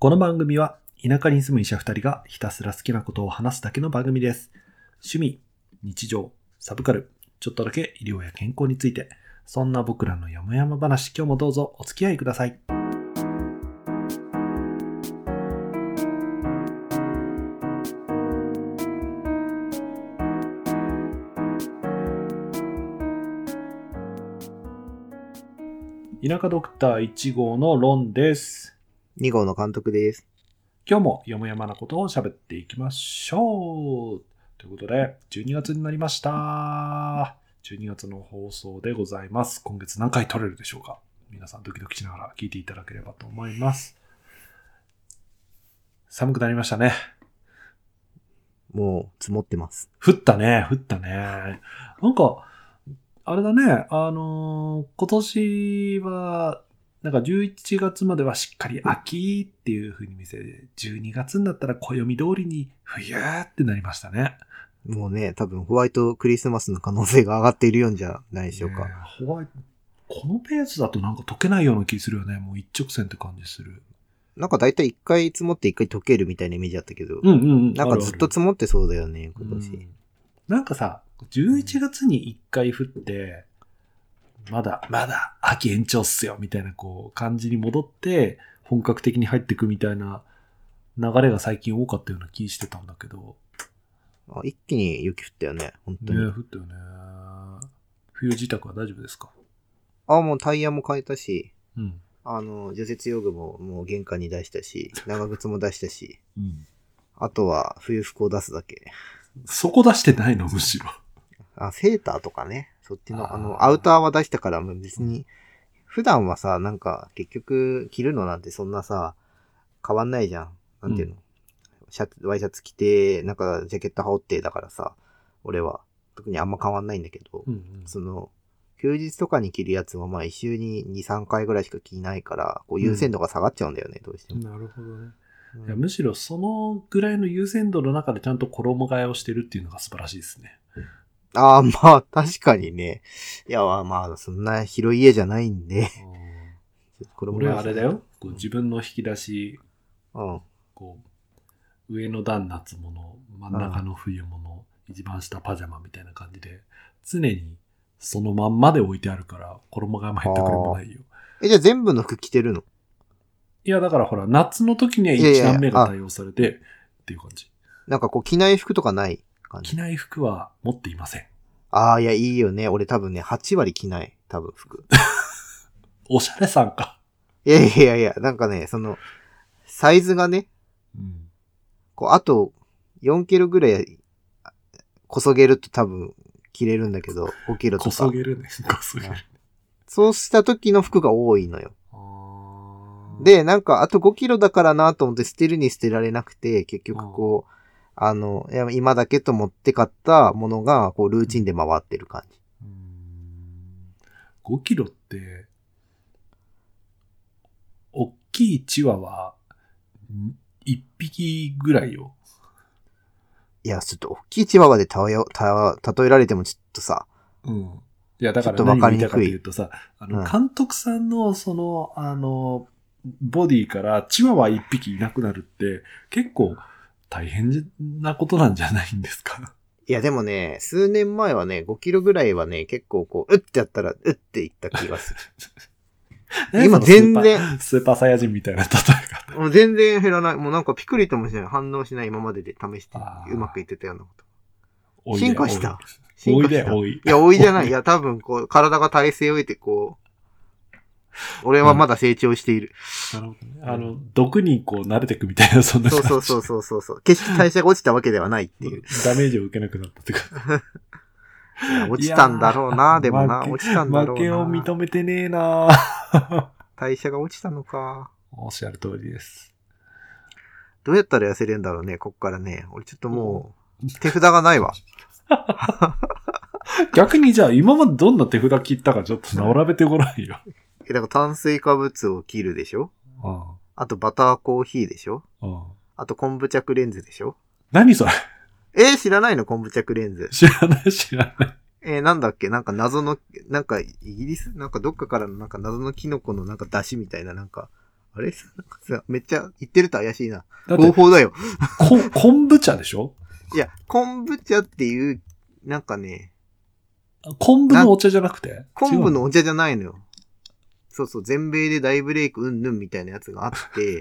この番組は田舎に住む医者2人がひたすら好きなことを話すだけの番組です。趣味、日常、サブカル、ちょっとだけ医療や健康について、そんな僕らの山々話、今日もどうぞお付き合いください。田舎ドクター1号のロンです。 2号の監督です。 今日もよもやまなことを喋っていきましょう。ということで、12月になりました。12月の放送でございます。今月何回撮れるでしょうか。皆さんドキドキしながら聞いていただければと思います。寒くなりましたね。 もう積もってます。 降ったね。なんか、あれだね、今年は、なんか11月まではしっかり秋っていう風に見せて、12月になったら暦通りに冬ってなりましたね。 もうね、多分ホワイトクリスマスの可能性が上がっているようじゃないでしょうか。 ホワイト、このペースだとなんか溶けないような気するよね。もう一直線って感じする。 なんかだいたい1回積もって1回溶けるみたいなイメージあったけど、なんかずっと積もってそうだよね、今年。 なんかさ、11月に1回降って、まだ秋延長っすよみたいなこう感じに戻って本格的に入ってくみたいな流れが最近多かったような気してたんだけど。 一気に雪降ったよね、本当に。 ね、降ったよね。冬支度は大丈夫ですか？ もうタイヤも変えたし、 うん、 除雪用具ももう玄関に出したし、長靴も出したし、 うん、 あとは冬服を出すだけ。 そこ出してないのむしろ。 セーターとかね。そっちの、アウターは出したから、別に、普段はさ、なんか、結局、着るのなんてそんなさ、変わんないじゃん。なんていうの、ワイシャツ着て、なんか、ジャケット羽織ってだからさ、俺は、特にあんま変わんないんだけど、休日とかに着るやつは、まあ、一週に2、3回ぐらいしか着ないから、こう、優先度が下がっちゃうんだよね、どうしても。 なるほどね。いやむしろそのぐらいの優先度の中でちゃんと衣替えをしてるっていうのが素晴らしいですね。 まあ、確かにね。いや、まあ、そんな広い家じゃないんで。 俺はあれだよ。こう自分の引き出し、こう上の段夏物、真ん中の冬物、一番下パジャマみたいな感じで、常にそのまんまで置いてあるから、衣替えも減ったくれもないよ。 じゃあ全部の服着てるの？ いや、だからほら、夏の時には1段目が対応されて、っていう感じ。 なんかこう、着ない服とかない感じ？ 着ない服は持っていません。 いや、いいよね。俺多分ね、8割着ない。多分服。 おしゃれさんか。 いや、なんかね、サイズがね、こう、あと、4キロぐらい、こそげると多分、着れるんだけど、5キロとか。 こそげるね。こそげる。 そうした時の服が多いのよ。で、なんか、あと5キロだからなと思って捨てるに捨てられなくて、結局こう、今だけと思って買ったものが、こう、ルーチンで回ってる感じ。 5キロって、大きいチワワ、1匹ぐらいよ。 いや、ちょっと大きいチワワで例えられてもちょっとさ。 いや、だから何が言いたかというとさ、監督さんのボディからチワワ1匹いなくなるって、結構大変なことなんじゃないんですか？ いや、でもね、数年前はね、5キロぐらいはね、結構こう、うってやったら、うっていった気がする。今全然スーパーサイヤ人みたいな例え方。もう全然減らない。もうなんかピクリともしない。反応しない今までで試して、うまくいってたようなこと。進化した。 多いで、多い。 いや、多いじゃない。いや、多分こう、体が体勢を得てこう、俺はまだ成長している。 なるほどね。毒にこう慣れていくみたいな、そんな感じ。 そう。決して代謝が落ちたわけではないっていう。 ダメージを受けなくなったってか。 落ちたんだろうな、でもな、落ちたんだろうな。 負けを認めてねえな。 代謝が落ちたのか。 おっしゃる通りです。 どうやったら痩せれるんだろうね、こっからね。俺ちょっともう、手札がないわ。 逆にじゃあ今までどんな手札切ったかちょっと並べてごらんよ。 だから炭水化物を切るでしょ？あとバターコーヒーでしょ？あと昆布茶クレンズでしょ？ 何それ？ 知らないの？昆布茶クレンズ。 知らない。 なんだっけ？なんか謎の、なんかイギリスなんかどっかからのなんか謎のキノコのなんか出汁みたいななんかあれなんかさ、めっちゃ言ってると怪しいな。 だって合法だよ。 昆布茶でしょ？ いや、昆布茶っていう、なんかね。 昆布のお茶じゃなくて？ 昆布のお茶じゃないのよ。そうそう、全米で大ブレイクうんぬんみたいなやつがあって、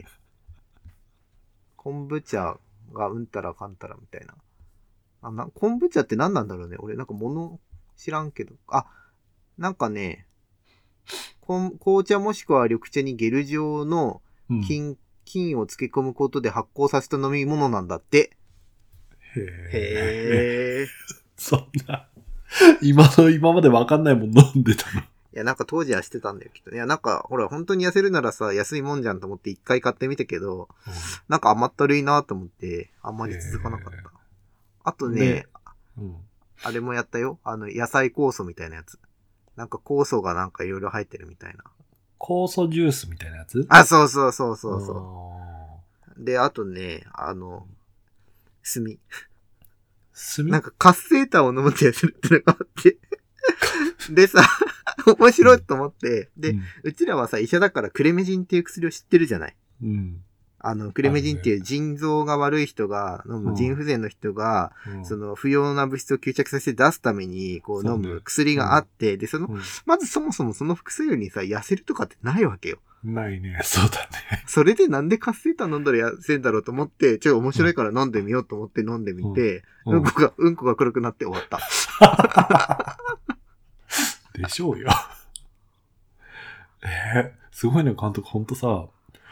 昆布茶がうんたらかんたらみたいな。昆布茶って何なんだろうね。俺なんか知らんけど。なんかね、紅茶もしくは緑茶にゲル状の菌を漬け込むことで発酵させた飲み物なんだって。へー。 そんな、今までわかんないもん飲んでたの。いや、なんか当時はしてたんだよ、きっと。いや、なんか、ほら、本当に痩せるならさ、安いもんじゃんと思って一回買ってみたけど、なんか甘ったるいなと思って、あんまり続かなかった。あとね、あれもやったよ。野菜酵素みたいなやつ。なんか酵素がなんかいろいろ入ってるみたいな。 酵素ジュースみたいなやつ？ そう。で、あとね、炭。なんか活性炭を飲むってやつってのがあって。でさ、面白いと思って、で、うちらはさ、医者だからクレメジンっていう薬を知ってるじゃない。クレメジンっていう腎臓が悪い人が飲む、腎不全の人が、その不要な物質を吸着させて出すために、こう飲む薬があって、で、まずそもそもその副作用にさ、痩せるとかってないわけよ。 ないね、そうだね。 それでなんで活性炭飲んだら痩せんだろうと思って、ちょっと面白いから飲んでみようと思って飲んでみて、うんこが黒くなって終わった。 でしょうよ。すごいね、監督、ほんとさ、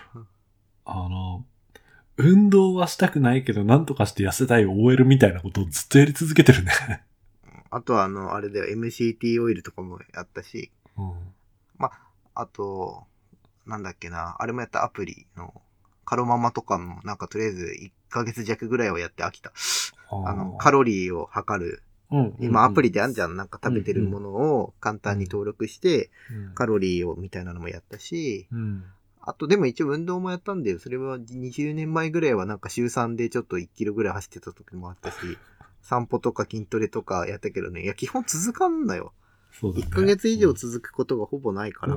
運動はしたくないけど、なんとかして痩せたい OL みたいなことをずっとやり続けてるね。 あとはあれだよ、MCT オイルとかもやったし、あと、なんだっけな、あれもやったアプリの、カロママとかも、なんかとりあえず1ヶ月弱ぐらいはやって飽きた。カロリーを測る。今アプリであんじゃん、なんか食べてるものを簡単に登録して、カロリーをみたいなのもやったし、あとでも一応運動もやったんだよ。それは20年前ぐらいはなんか週3でちょっと1キロぐらい走ってた時もあったし、散歩とか筋トレとかやったけどね、いや基本続かんのよ。そうだね。1ヶ月以上続くことがほぼないから。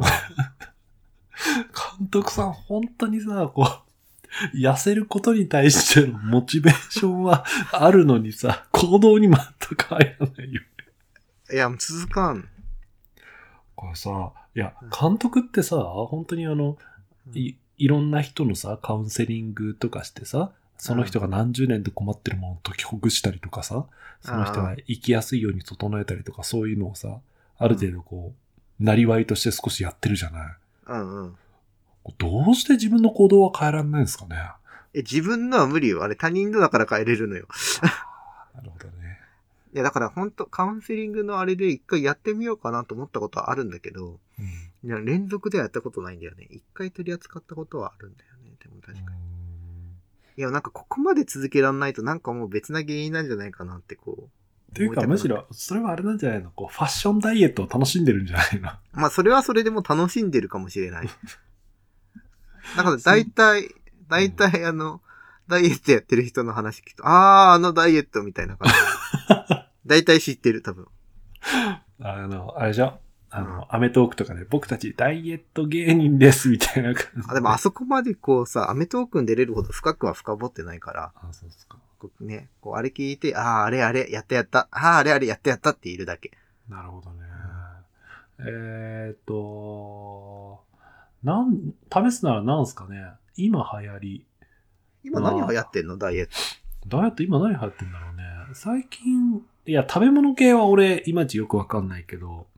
監督さん、本当にさ、痩せることに対してのモチベーションはあるのにさ、行動に全く入らないよね。 いや、続かん。 これさ、いや、監督ってさ、本当にいろんな人のさ、カウンセリングとかしてさ、その人が何十年で困ってるものを解きほぐしたりとかさ、その人が生きやすいように整えたりとか、そういうのをさ、ある程度なりわいとして少しやってるじゃない。どうして自分の行動は変えられないんですかね。 自分のは無理よ。あれ他人のだから変えれるのよ。 なるほどね。 いや、だから本当カウンセリングのあれで一回やってみようかなと思ったことはあるんだけど、いや連続ではやったことないんだよね。一回取り扱ったことはあるんだよね。でも確かに。いや、なんかここまで続けらんないとなんかもう別な原因なんじゃないかなってっていうかむしろ、それはあれなんじゃないの？ファッションダイエットを楽しんでるんじゃないの？ まあそれはそれでも楽しんでるかもしれない。だから大体ダイエットやってる人の話聞くと、ダイエットみたいな感じ。大体知ってる、多分。 あれじゃアメトークとかで僕たちダイエット芸人ですみたいな感じ。 でもあそこまでアメトークに出れるほど深くは深掘ってないから。 そうですか。 ね、あれ聞いて、あれ、やった。あれ、やったって言えるだけ。 なるほどね。試すなら何すかね。今流行り。 今何流行ってんの？ダイエット。 ダイエット今何流行ってんだろうね。最近、いや、食べ物系は俺、いまいちよくわかんないけど、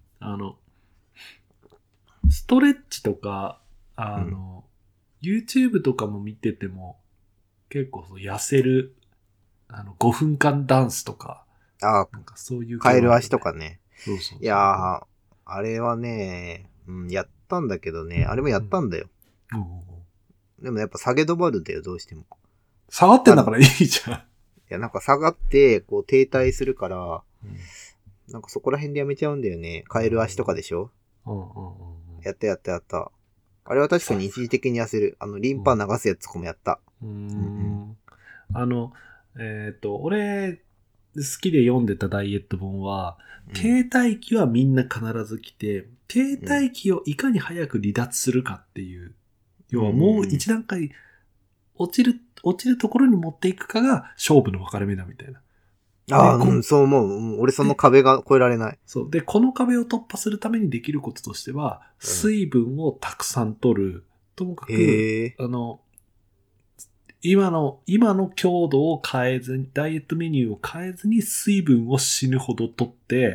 ストレッチとか、YouTube とかも見てても、結構痩せる、5分間ダンスとか、なんかそういう、 カエル足とかね。 そう。 いやー、あれはね、やったんだけどね、あれもやったんだよ。でもやっぱ下げ止まるんだよ、どうしても。 下がってんだからいいじゃん。 いや、なんか下がって、停滞するから、なんかそこら辺でやめちゃうんだよね。カエル足とかでしょ？やった。あれは確かに一時的に痩せる。リンパ流すやつとかもやった。 俺、好きで読んでたダイエット本は、停滞期はみんな必ず来て、停滞期をいかに早く離脱するかっていう要はもう一段階落ちるところに持っていくかが勝負の分かれ目だみたいな。 ああ、そう思う。俺その壁が越えられない。 そう。で、この壁を突破するためにできることとしては、水分をたくさん取る。ともかく、今の強度を変えずに、ダイエットメニューを変えずに水分を死ぬほど取って、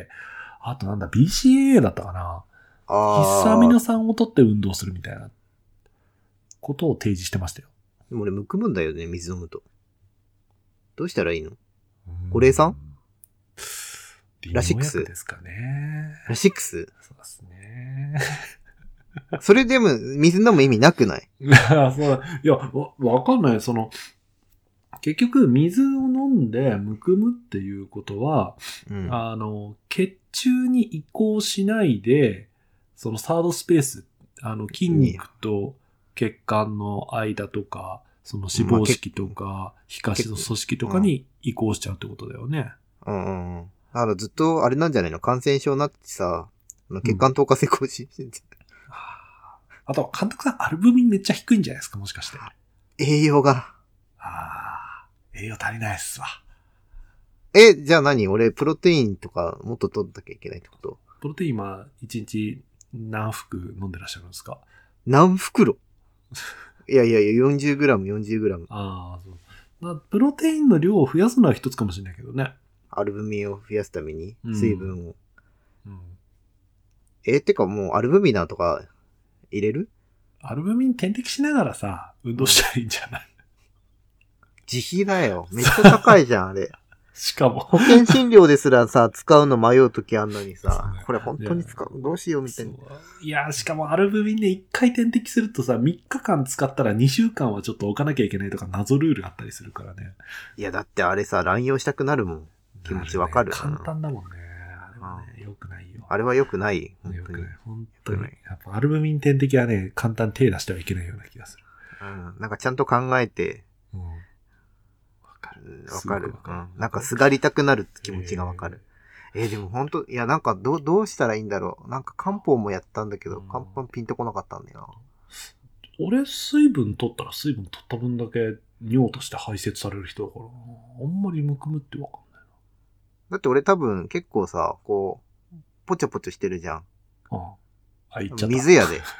あとなんだ、BCAA だったかな。必須アミノ酸を取って運動するみたいなことを提示してましたよ。 でも俺むくむんだよね、水飲むと。どうしたらいいの？五苓散？ラシックスですかね。 ラシックス？ そうですね。 それでも水飲む意味なくない？ いや、わかんない。結局水を飲んでむくむっていうことは、血中に移行しないで、そのサードスペース、筋肉と血管の間とか、その脂肪式とか、皮下組織とかに移行しちゃうってことだよね。 ずっとあれなんじゃないの？感染症になってさ、血管透過性更新してて。 あと、監督さん、アルブミンめっちゃ低いんじゃないですか、もしかして。 栄養が。 栄養足りないっすわ。 じゃあ何？俺、プロテインとかもっと取んなきゃいけないってこと？ プロテインは1日何袋飲んでらっしゃるんですか？ 何袋？いや、40g、40g。 そう。プロテインの量を増やすのは一つかもしれないけどね。 アルブミンを増やすために、水分を。てかもう、アルブミナーとか、入れる？ アルブミン点滴しながらさ、運動したらいいんじゃない？ 自費だよ。めっちゃ高いじゃん、あれ。 しかも。 保険診療ですらさ、使うの迷うときあんのにさ、これ本当に使う？どうしようみたいな。 いや、しかもアルブミンで1回点滴するとさ、3日間使ったら2週間はちょっと置かなきゃいけないとか謎ルールあったりするからね。 いや、だってあれさ、乱用したくなるもん。気持ちわかる。 簡単だもんね。あれはね、良くないよ。 あれは良くない。 良くない。本当に。やっぱアルブミン点滴はね、簡単に手出してはいけないような気がする。 なんかちゃんと考えて。わかる。なんかすがりたくなる気持ちがわかる。でも本当いやなんかどうしたらいいんだろう。なんか漢方もやったんだけど、漢方ピンとこなかったんだよな。 俺、水分取ったら水分取った分だけ尿として排泄される人だから、あんまりむくむってわかんないな。 だって俺多分結構さ、こう、ポチョポチョしてるじゃん。 言っちゃった。 水やで。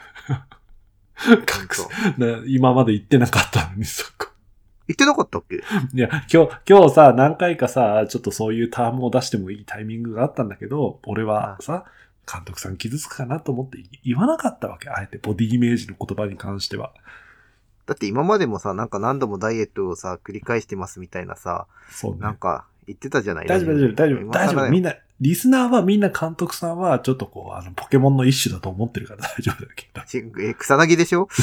今まで言ってなかったのに、そこ。 言ってなかったっけ？ いや、今日さ、何回かさ、ちょっとそういうタームを出してもいいタイミングがあったんだけど、俺はさ、監督さん傷つくかなと思って言わなかったわけ。あえてボディイメージの言葉に関しては。 だって今までもさ、なんか何度もダイエットをさ、繰り返してますみたいなさ、そうね、なんか言ってたじゃない？ 大丈夫。みんな、リスナーはみんな監督さんはちょっとこう、ポケモンの一種だと思ってるから大丈夫だけど。 草薙でしょ？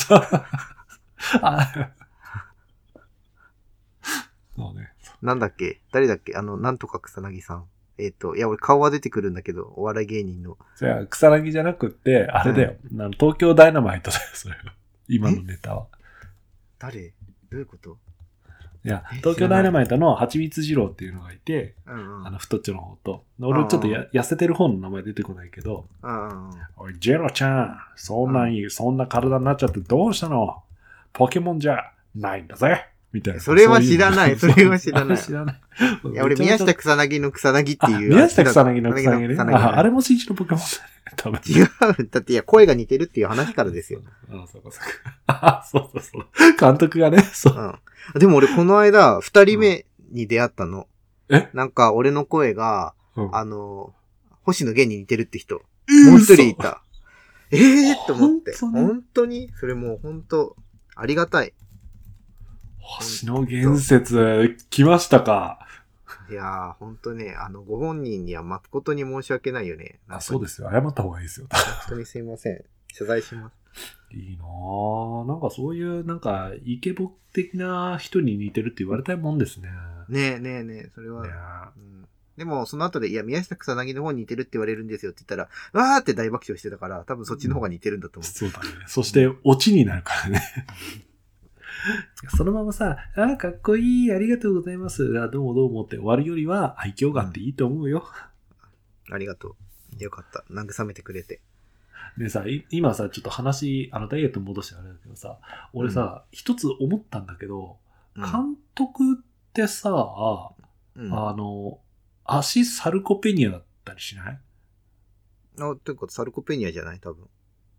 そうね。なんだっけ？誰だっけ？なんとか草薙さん。いや、俺顔は出てくるんだけど、お笑い芸人の。 じゃあ、草薙じゃなくって、あれだよ。東京ダイナマイトだよ、それは。今のネタは。 誰？どういうこと？ いや、東京ダイナマイトのはちみつ二郎っていうのがいて、太っちょの方と、俺ちょっと痩せてる方の名前出てこないけど、おい、ジェロちゃん、そんな体になっちゃってどうしたの？ポケモンじゃないんだぜ。みたいな。 それは知らない。知らない。いや、俺、宮下草薙の草薙っていう。 宮下草薙の草薙ね。あれも新一のポケモンだね。多分。 違う。だって、いや、声が似てるっていう話からですよ。 そう。監督がね、そう。 でも俺、この間、二人目に出会ったの。なんか、俺の声が、星野源に似てるって人。もう一人いた。と思って。本当にそれもう本当、ありがたい。 星野源説、来ましたか。 いやー、ほんとね、ご本人には誠に申し訳ないよね。 そうですよ。謝った方がいいですよ。 本当にすいません。謝罪します。 いいなぁ。なんかそういう、なんか、イケボ的な人に似てるって言われたいもんですね。 ねえ、それは。でも、その後で、いや、宮下草薙の方に似てるって言われるんですよって言ったら、わーって大爆笑してたから、多分そっちの方が似てるんだと思う。 そうだね。そして、オチになるからね。そのままさ、かっこいい、ありがとうございます。どうもって終わるよりは愛嬌があっていいと思うよ。 ありがとう。よかった。慰めてくれて。 でさ、今さ、ちょっと話、ダイエット戻してあれだけどさ、俺さ、一つ思ったんだけど、監督ってさ、足サルコペニアだったりしない？ というか、サルコペニアじゃない多分。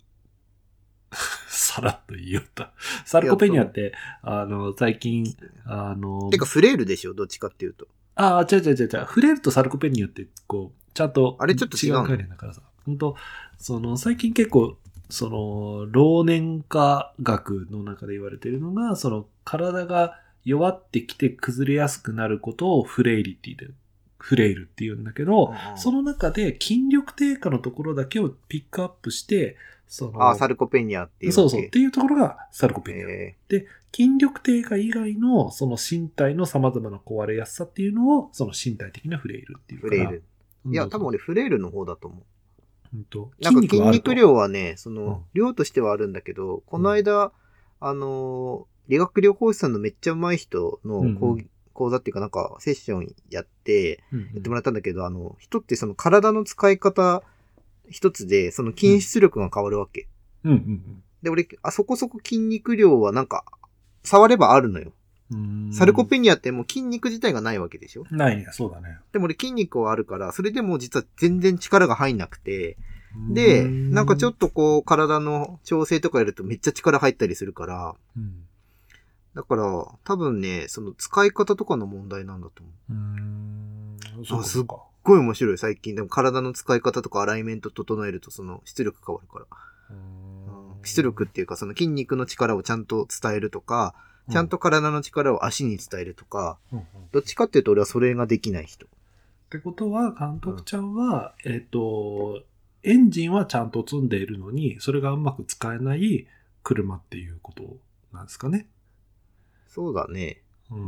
さらっと言いよった。サルコペニアって、最近、 てか、フレイルでしょどっちかっていうと。 違う。フレイルとサルコペニアって、こう、ちゃんと、 あれちょっと違う概念だからさ。本当最近結構、老年化学の中で言われているのが、体が弱ってきて崩れやすくなることをフレイルって言うんだけど、その中で筋力低下のところだけをピックアップして、 サルコペニアっていう。 そうっていうところがサルコペニア。で、筋力低下以外の身体の様々な壊れやすさっていうのを、身体的なフレイルっていうから。 フレイル。いや、多分俺フレイルの方だと思う。 なんか筋肉量はね、量としてはあるんだけど、この間、理学療法士さんのめっちゃ上手い人の講座っていうかなんかセッションやってもらったんだけど、人って体の使い方一つで、筋出力が変わるわけ。で、俺、そこそこ筋肉量はなんか、触ればあるのよ。サルコペニアってもう筋肉自体がないわけでしょ？ ないね、そうだね。 でも俺筋肉はあるから、それでも実は全然力が入んなくて、で、なんかちょっとこう、体の調整とかやるとめっちゃ力入ったりするから、だから、多分ね、使い方とかの問題なんだと思う。すっごい面白い、最近。でも体の使い方とかアライメント整えると出力変わるから。出力っていうか筋肉の力をちゃんと伝えるとか、ちゃんと体の力を足に伝えるとか、どっちかっていうと俺はそれができない人。 ってことは、監督ちゃんは、エンジンはちゃんと積んでいるのに、それがうまく使えない車っていうことなんですかね。 そうだね。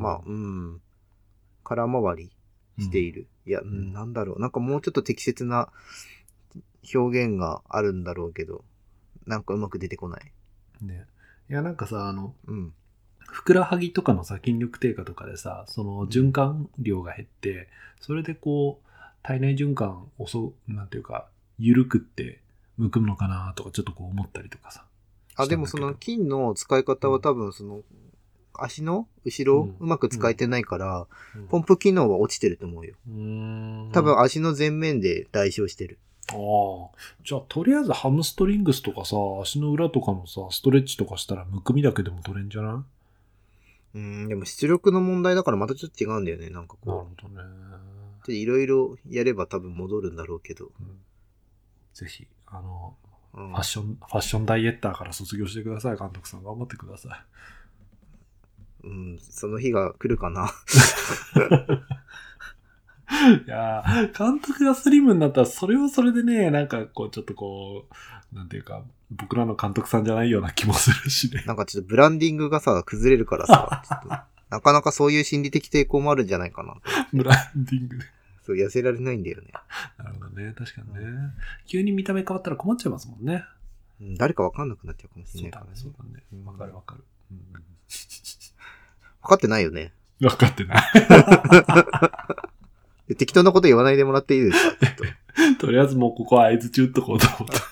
空回りしている。いや、なんだろう。なんかもうちょっと適切な表現があるんだろうけど、なんかうまく出てこない。 ね。いや、なんかさ、ふくらはぎとかのさ、筋力低下とかでさ、循環量が減って、それでこう、体内循環なんていうか、緩くって向くのかなとか、ちょっとこう思ったりとかさ。 でも筋の使い方は多分足の後ろうまく使えてないから、ポンプ機能は落ちてると思うよ。多分足の前面で代償してる。 じゃあとりあえずハムストリングスとかさ、足の裏とかのさ、ストレッチとかしたらむくみだけでも取れんじゃない？ でも出力の問題だからまたちょっと違うんだよね、なんかこう。 なるほどね。 いろいろやれば多分戻るんだろうけど。 ぜひ、ファッションダイエッターから卒業してください、監督さん。頑張ってください。その日が来るかな。 いやー、監督がスリムになったら、それはそれでね、なんかこう、ちょっとこう、なんていうか、僕らの監督さんじゃないような気もするしね。 なんかちょっとブランディングがさ、崩れるからさ、ちょっとなかなかそういう心理的抵抗もあるんじゃないかな。 ブランディングで。 そう、痩せられないんだよね。 なるほどね。確かにね。急に見た目変わったら困っちゃいますもんね。 誰かわかんなくなっちゃうかもしれないからね。 そうだね。わかるわかる。 わかってないよね。 わかってない。 適当なこと言わないでもらっていいですかとりあえずもうここは合図中打っとこうと思った。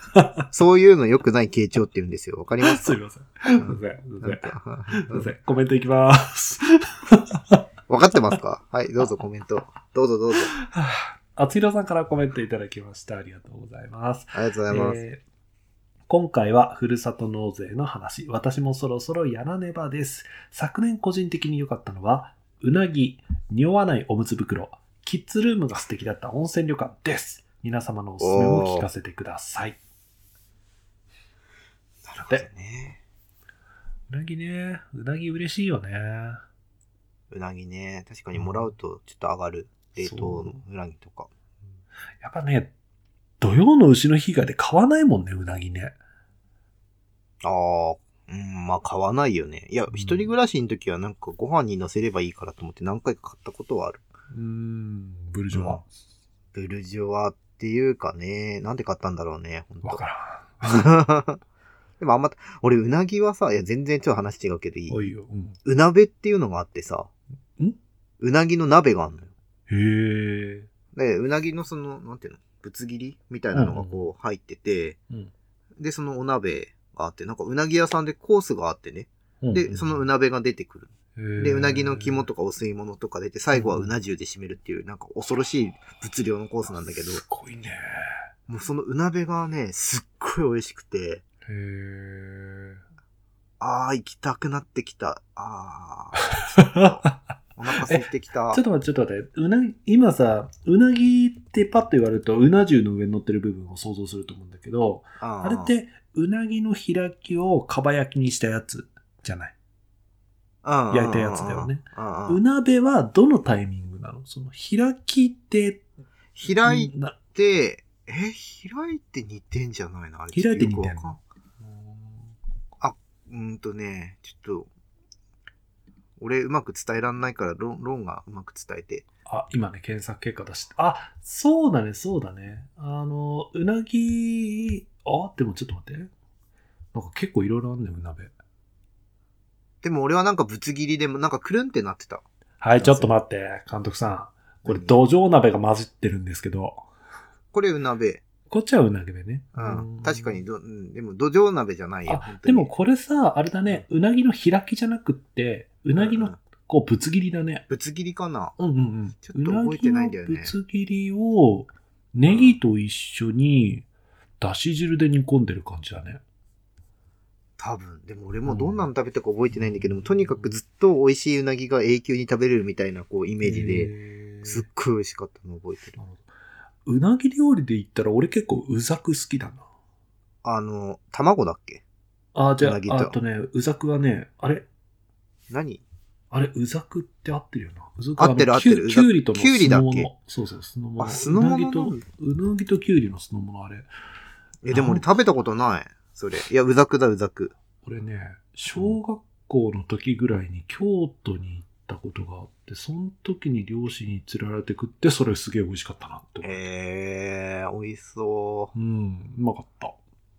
そういうの良くない傾聴って言うんですよ。わかりますか？ すいません。すいません。コメントいきます。 わかってますか？はい、どうぞコメント。どうぞ。 あつひろさんからコメントいただきました。ありがとうございます。 ありがとうございます。 今回はふるさと納税の話。私もそろそろやらねばです。昨年個人的に良かったのは、うなぎ、匂わないおむつ袋、キッズルームが素敵だった温泉旅館です。皆様のおすすめも聞かせてください。 なるほどね。 うなぎね。うなぎ嬉しいよね。 うなぎね。確かにもらうとちょっと上がる。冷凍のうなぎとか。 やっぱね、土曜の牛の日以外で買わないもんね、うなぎね。 まあ買わないよね。いや、一人暮らしの時はなんかご飯に乗せればいいからと思って何回か買ったことはある。 ブルジョワ。 ブルジョワっていうかね、なんで買ったんだろうね、ほんと。 わからん。 でも俺うなぎはさ、いや全然ちょっと話違うけどいい？ おいよ。 う鍋っていうのがあってさ、うなぎの鍋があるのよ。 へえ。 で、うなぎのなんていうのぶつ切りみたいなのがこう入ってて、 で、そのお鍋があって、なんかうなぎ屋さんでコースがあってね。で、そのう鍋が出てくる。で、うなぎの肝とかお吸い物とか出て、最後はうな重で締めるっていう、なんか恐ろしい物量のコースなんだけど。 すごいね。 もうそのう鍋がね、すっごい美味しくて。行きたくなってきた。お腹空いてきた。 ちょっと待って。今さ、うなぎってパッと言われると、うな重の上に乗ってる部分を想像すると思うんだけど、あれって、うなぎの開きをかば焼きにしたやつじゃない。焼いたやつだよね。う鍋はどのタイミングなの？その開きって、 開いて似てんじゃないの？あれ開いて似てんの？ ちょっと、俺うまく伝えらんないから、ロンがうまく伝えて。 今ね、検索結果出して。そうだね。うなぎ、でもちょっと待って。なんか結構いろいろあるね、う鍋。 でも俺はなんかぶつ切りでもなんかくるんってなってた。 はい、ちょっと待って、監督さん。これ土壌鍋が混じってるんですけど。 これう鍋。 こっちはうなぎでね。 確かにでも土壌鍋じゃないよ。 でもこれさ、あれだね、うなぎの開きじゃなくって、うなぎのこうぶつ切りだね。 ぶつ切りかな。 ちょっと覚えてないんだよね。 ぶつ切りをネギと一緒にだし汁で煮込んでる感じだね。 多分。でも俺もどんなの食べたか覚えてないんだけども、とにかくずっと美味しいうなぎが永久に食べれるみたいなこうイメージで、すっごい美味しかったのを覚えてる。 うなぎ料理で言ったら俺結構うざく好きだな。 卵だっけ？ じゃあ、うざくはね、あれ何？ あれ、うざくって合ってるよな。 合ってる。 きゅうりとのきゅうりだっけ？ そう、酢の物。 酢の物うなぎときゅうりの酢の物あれ。 でも俺食べたことない。それ。いや、うざくだ、うざく。 俺ね、小学校の時ぐらいに京都に行ったことがあって、その時に両親に連れられて食って、それすげえ美味しかったなって思う。美味しそう。 うまかった。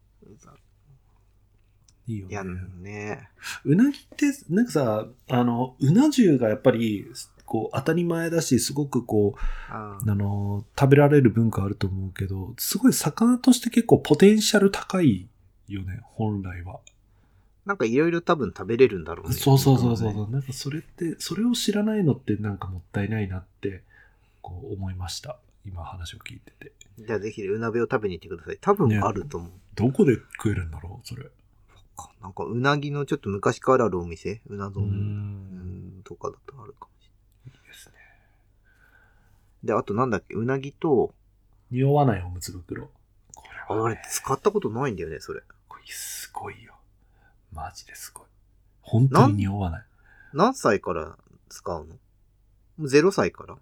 いいよね。 いやね。 うなぎって、なんかさ、うな重がやっぱり、こう、当たり前だし、すごくこう、食べられる文化あると思うけど、すごい魚として結構ポテンシャル高いよね、本来は。 なんかいろいろ多分食べれるんだろうね。 そう。なんかそれを知らないのってなんかもったいないなって、こう思いました。今話を聞いてて。 じゃあぜひうなべを食べに行ってください。多分あると思う。 どこで食えるんだろう、それ。 なんかうなぎのちょっと昔からあるお店、うな丼とかだとあるかもしれない。いいですね。で、あとなんだっけ、うなぎと、 匂わないおむつ袋。 これは、俺使ったことないんだよね、それ。 これすごいよ。マジですごい。本当に匂わない。 何歳から使うの？0歳から？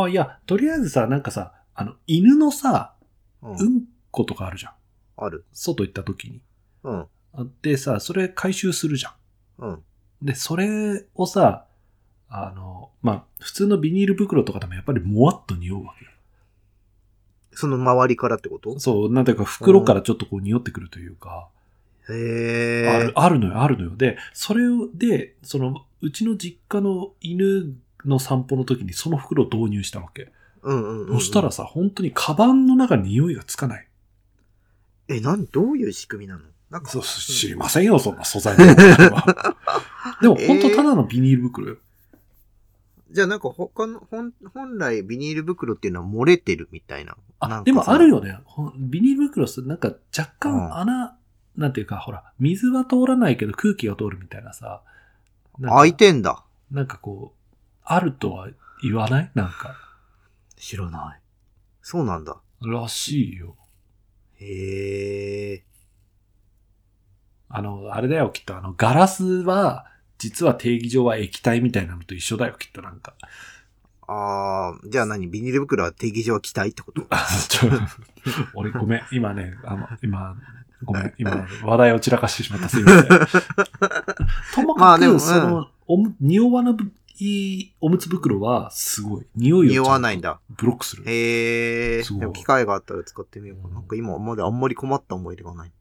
いや、とりあえずさ、なんかさ、犬のさ、うんことかあるじゃん。 ある。 外行った時に。でさ、それ回収するじゃん。で、それをさ、普通のビニール袋とかでもやっぱりもわっと匂うわけよ。 その周りからってこと？ そう、なんていうか袋からちょっとこう匂ってくるというか。あるのよ。で、それで、うちの実家の犬の散歩の時にその袋を導入したわけ。そしたらさ、本当にカバンの中に匂いがつかない。 どういう仕組みなの？なんか知りませんよ、そんな素材のは。でも本当ただのビニール袋よ。 じゃあなんか本来ビニール袋っていうのは漏れてるみたいな。 でもあるよね。ビニール袋ってなんか若干穴、なんていうか、ほら、水は通らないけど空気が通るみたいなさ。 開いてんだ。 なんかこう、あるとは言わない？なんか。 知らない。そうなんだ。 らしいよ。 へえ。 あれだよ、きっとガラスは、実は定義上は液体みたいなのと一緒だよ、きっとなんか。 じゃあビニール袋は定義上は気体ってこと？ 俺ごめん、今ね、ごめん、今話題を散らかしてしまった、すいません。ともかく、匂わないおむつ袋はすごい。匂いをわないんだ。 ブロックする。 へえ。でも機会があったら使ってみようかな。なんか今まであんまり困った思い出がない。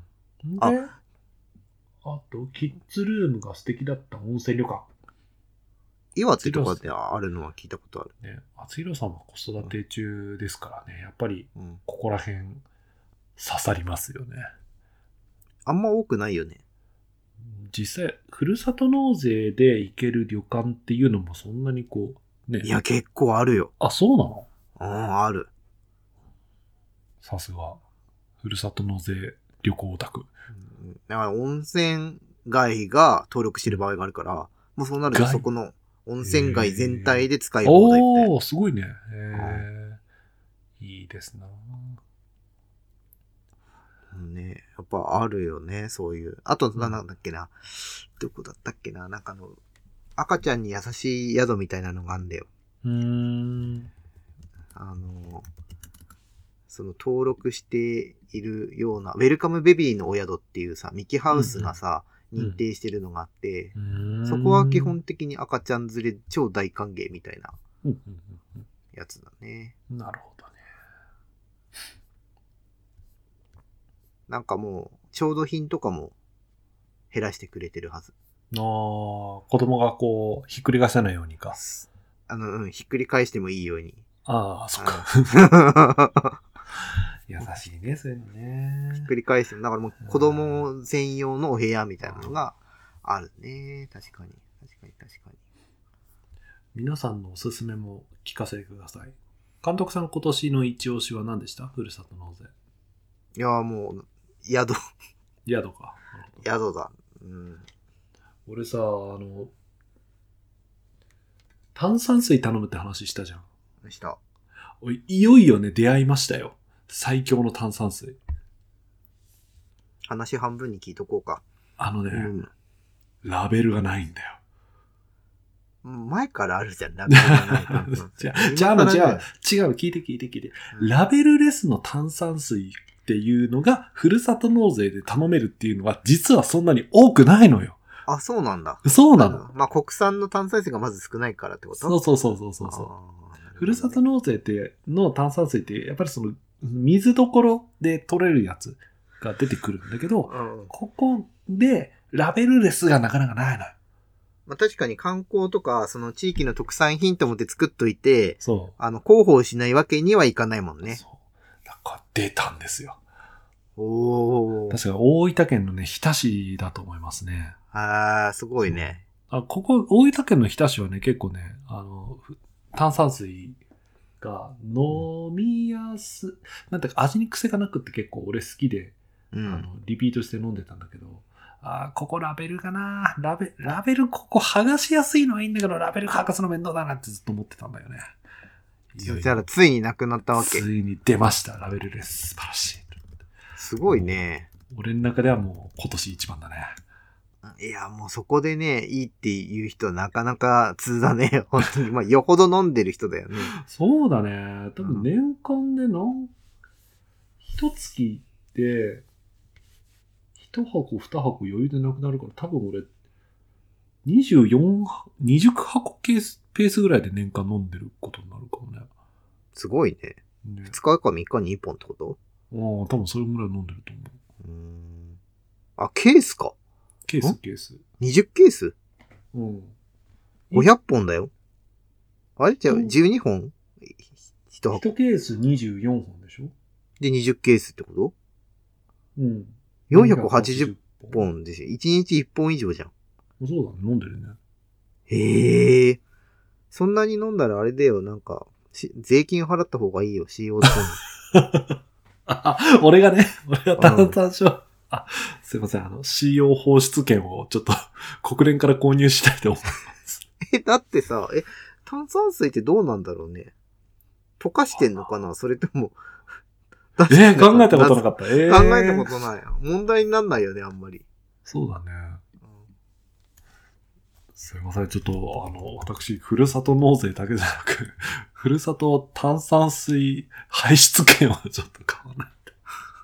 あと、キッズルームが素敵だった温泉旅館。 岩手とかであるのは聞いたことある。 ね、厚弘さんは子育て中ですからね、やっぱり、ここら辺、 刺さりますよね。 あんま多くないよね。 実際、ふるさと納税で行ける旅館っていうのもそんなにこう、ね。 いや、結構あるよ。 あ、そうなの？ ある。 さすが、ふるさと納税旅行オタク。 だから温泉街が登録してる場合があるから、もうそうなるとそこの温泉街全体で使い放題みたいな。 おー、すごいね。いいですな。 ね、やっぱあるよね、そういう。あと、なんだっけな。どこだったっけな。なんか赤ちゃんに優しい宿みたいなのがあるんだよ。その登録しているような、ウェルカムベビーのお宿っていうさ、ミキハウスがさ、認定してるのがあって、そこは基本的に赤ちゃん連れ超大歓迎みたいなやつだね。 なるほどね。 なんかもう、調度品とかも減らしてくれてるはず。 子供がこう、ひっくり返さないようにか。 ひっくり返してもいいように。 ああ、そっか。優しいね、それね。 ひっくり返しても、だからもう子供専用のお部屋みたいなのがあるね。確かに。 皆さんのおすすめも聞かせてください。監督さん今年の一押しは何でした？ふるさと納税。 いや、もう、宿か。宿だ。 俺さ、炭酸水頼むって話したじゃん。 した。 いよいよね、出会いましたよ。最強の炭酸水。 話半分に聞いとこうか。 ラベルがないんだよ。 前からあるじゃん、ラベルがない。 違う、聞いて。ラベルレスの炭酸水っていうのが、ふるさと納税で頼めるっていうのは、実はそんなに多くないのよ。 あ、そうなんだ。 そうなの。 まあ、国産の炭酸水がまず少ないからってこと？ そう。ふるさと納税の炭酸水って、やっぱりその、水どころで取れるやつが出てくるんだけど、ここでラベルレスがなかなかないのよ。 まあ、確かに観光とか、その地域の特産品と思って作っといて、 そう。 広報しないわけにはいかないもんね。 そう。だから出たんですよ。 確か大分県のね、日田市だと思いますね。 すごいね。 ここ、大分県の日田市はね、結構ね、炭酸水が飲みやす、なんていうか味に癖がなくって結構俺好きで、リピートして飲んでたんだけど、ここラベルかな、ラベルここ剥がしやすいのはいいんだけど、ラベル剥がすの面倒だなってずっと思ってたんだよね。 じゃあついになくなったわけ。 ついに出ました、ラベルレス。素晴らしい。 すごいね。 俺の中ではもう今年一番だね。 いや、もうそこでね、いいって言う人はなかなか通だね。本当に。まあ、よほど飲んでる人だよね。 そうだね。多分年間で一月で、一箱二箱余裕でなくなるから、多分俺、20箱ペースぐらいで年間飲んでることになるかもね。 すごいね。2日か3日に1本ってこと？ 多分それぐらい飲んでると思う。 ケースか。 ケース。 20ケース？500本だよ。あれじゃあ12本 1箱。1ケース24本でしょ？ で20ケースってこと？480本ですよ。1日1本以上じゃん。 そうだね、飲んでるね。 へえ。そんなに飲んだらあれだよ、なんか、税金払った方がいいよ、CO2 に。 俺が炭酸症。すいません、CO 放出券をちょっと国連から購入したいと思います。 だってさ、炭酸水ってどうなんだろうね。溶かしてんのかな？それとも、 考えたことなかった。 考えたことない。問題になんないよね、あんまり。 そうだね。すいません、ちょっと、私、ふるさと納税だけじゃなく、ふるさと炭酸水排出券をちょっと買わないと。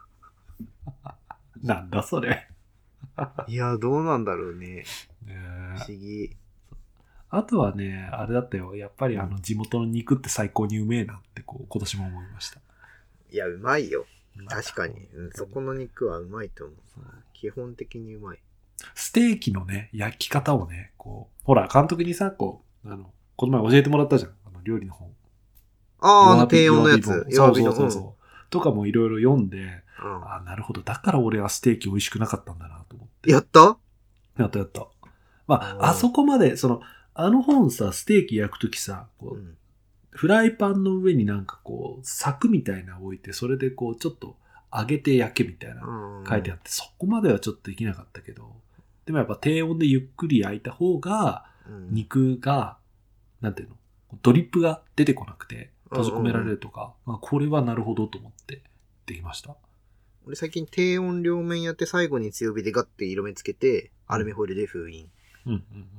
なんだそれ。 いや、どうなんだろうね。 不思議。 あとはね、あれだったよ。やっぱり地元の肉って最高にうめえなって今年も思いました。 いや、うまいよ。確かに。そこの肉はうまいと思う。基本的にうまい。 ステーキのね、焼き方をね、ほら、監督にさ、この前教えてもらったじゃん。料理の本。 低温のやつ。 そう。とかもいろいろ読んで、 あ、なるほど。だから俺はステーキ美味しくなかったんだなと思って。 やった。 まあ、あそこまで、あの本さ、ステーキ焼くときさ、こう、フライパンの上になんかこう、柵みたいなの置いて、それでこう、ちょっと揚げて焼けみたいな書いてあって、そこまではちょっとできなかったけど、でもやっぱ低温でゆっくり焼いた方が、肉が、なんていうの、ドリップが出てこなくて、閉じ込められるとか、まあ、これはなるほどと思ってできました。 俺最近低温両面やって最後に強火でガッて色目つけて、アルミホイルで封印。 い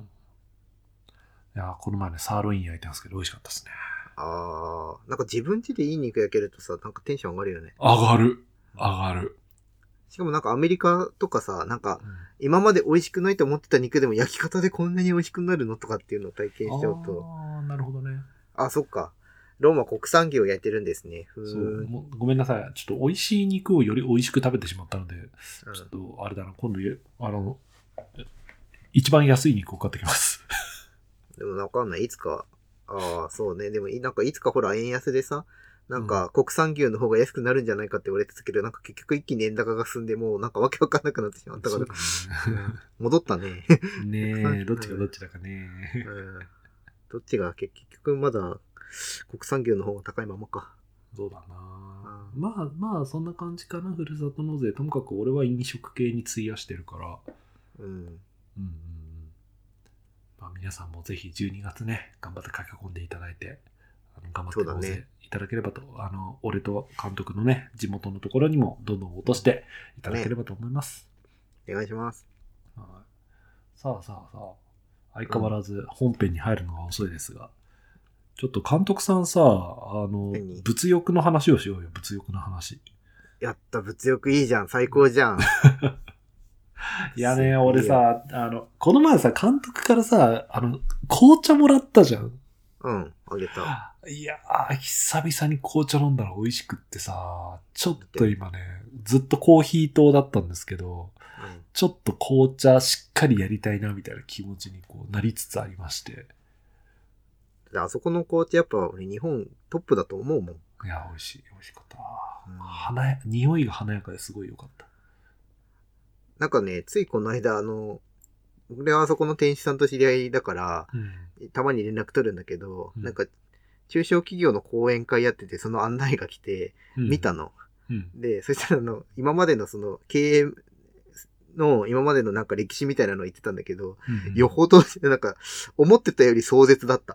や、この前ね、サーロイン焼いたんですけど美味しかったですね。 なんか自分家でいい肉焼けるとさ、なんかテンション上がるよね。 上がる。 しかもなんかアメリカとかさ、なんか今まで美味しくないと思ってた肉でも焼き方でこんなに美味しくなるのとかっていうのを体験しちゃうと。 なるほどね。 そっか。ローマ国産牛を焼いてるんですね。 そうごめんなさい。ちょっと美味しい肉をより美味しく食べてしまったので、ちょっとあれだな、今度一番安い肉を買ってきます。 でもわかんない。いつか、そうね。でもなんかいつかほら円安でさ、なんか国産牛の方が安くなるんじゃないかって言われてたけど、なんか結局一気に円高が進んで、もうなんかわけわかんなくなってしまったから。戻ったね。 ねえ、どっちがどっちだかね。 どっちが結局まだ国産牛の方が高いままか。 そうだな。まあそんな感じかな、ふるさと納税。ともかく俺は飲食系に費やしてるから。まあ、皆さんもぜひ12月ね、頑張って書き込んでいただいて、頑張って納税いただければと、俺と監督のね、地元のところにもどんどん落としていただければと思います。 お願いします。 さあ、相変わらず本編に入るのが遅いですが、ちょっと監督さんさ、物欲の話をしようよ、物欲の話。 やった、物欲いいじゃん、最高じゃん。 いやね、俺さ、この前さ、監督からさ、紅茶もらったじゃん。 あげた。 いやー、久々に紅茶飲んだら美味しくってさ、ちょっと今ね、ずっとコーヒー糖だったんですけど、ちょっと紅茶しっかりやりたいなみたいな気持ちにこうなりつつありまして。 あそこの紅茶やっぱ俺日本トップだと思うもん。 いや、美味しかった。匂いが華やかですごい良かった。 なんかね、ついこの間俺はあそこの店主さんと知り合いだから、たまに連絡取るんだけど、なんか中小企業の講演会やっててその案内が来て、見たの。で、そしたら今までのその経営の今までのなんか歴史みたいなのを言ってたんだけど、よほどなんか思ってたより壮絶だった。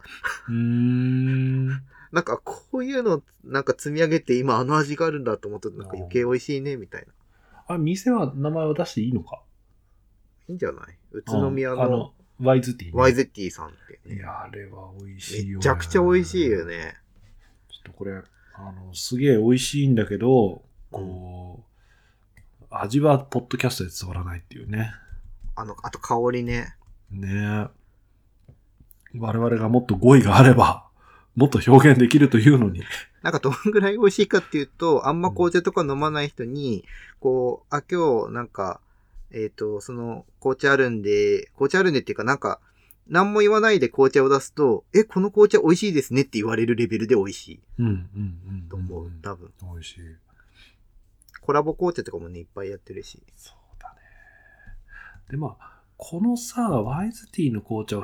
なんかこういうのなんか積み上げて今味があるんだと思うとなんか余計美味しいねみたいな。 店は名前を出していいのか？ いいんじゃない？宇都宮のワイズティー、 ワイズティーさんってね。 いや、あれは美味しいよね。 めちゃくちゃ美味しいよね。 ちょっとこれ、すげえ美味しいんだけど、こう、味はポッドキャストで伝わらないっていうね。 あと香りね。 ねえ。我々がもっと語彙があれば、もっと表現できるというのに。 なんかどんぐらい美味しいかっていうと、あんま紅茶とか飲まない人に、こう、今日なんか、その紅茶あるんでっていうかなんか、何も言わないで紅茶を出すと、この紅茶美味しいですねって言われるレベルで美味しい。と思う、多分。 美味しい。 コラボ紅茶とかもね、いっぱいやってるし。 そうだね。で、まあ、このさ、ワイズティーの紅茶を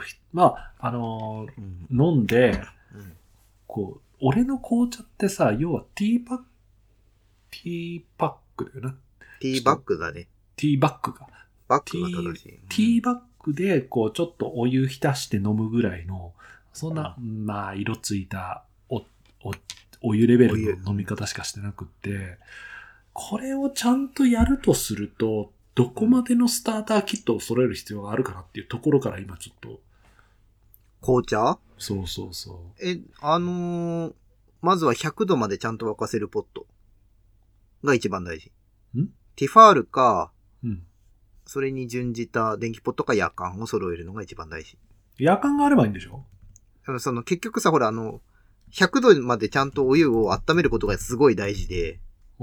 飲んで、こう、俺の紅茶ってさ、要はティーパックだよな。 ティーバッグだね。 ティーバッグが。 バッグが正しい。 ティーバッグで、こう、ちょっとお湯浸して飲むぐらいの、そんな、まあ、色ついたお湯レベルの飲み方しかしてなくって、これをちゃんとやるとすると、どこまでのスターターキットを揃える必要があるかなっていうところから今ちょっと。 紅茶？ そう。 まずは100度までちゃんと沸かせるポットが一番大事。ティファールか、それに準じた電気ポットか夜間を揃えるのが一番大事。夜間があればいいんでしょ？ 結局さ、ほら100度までちゃんとお湯を温めることがすごい大事で、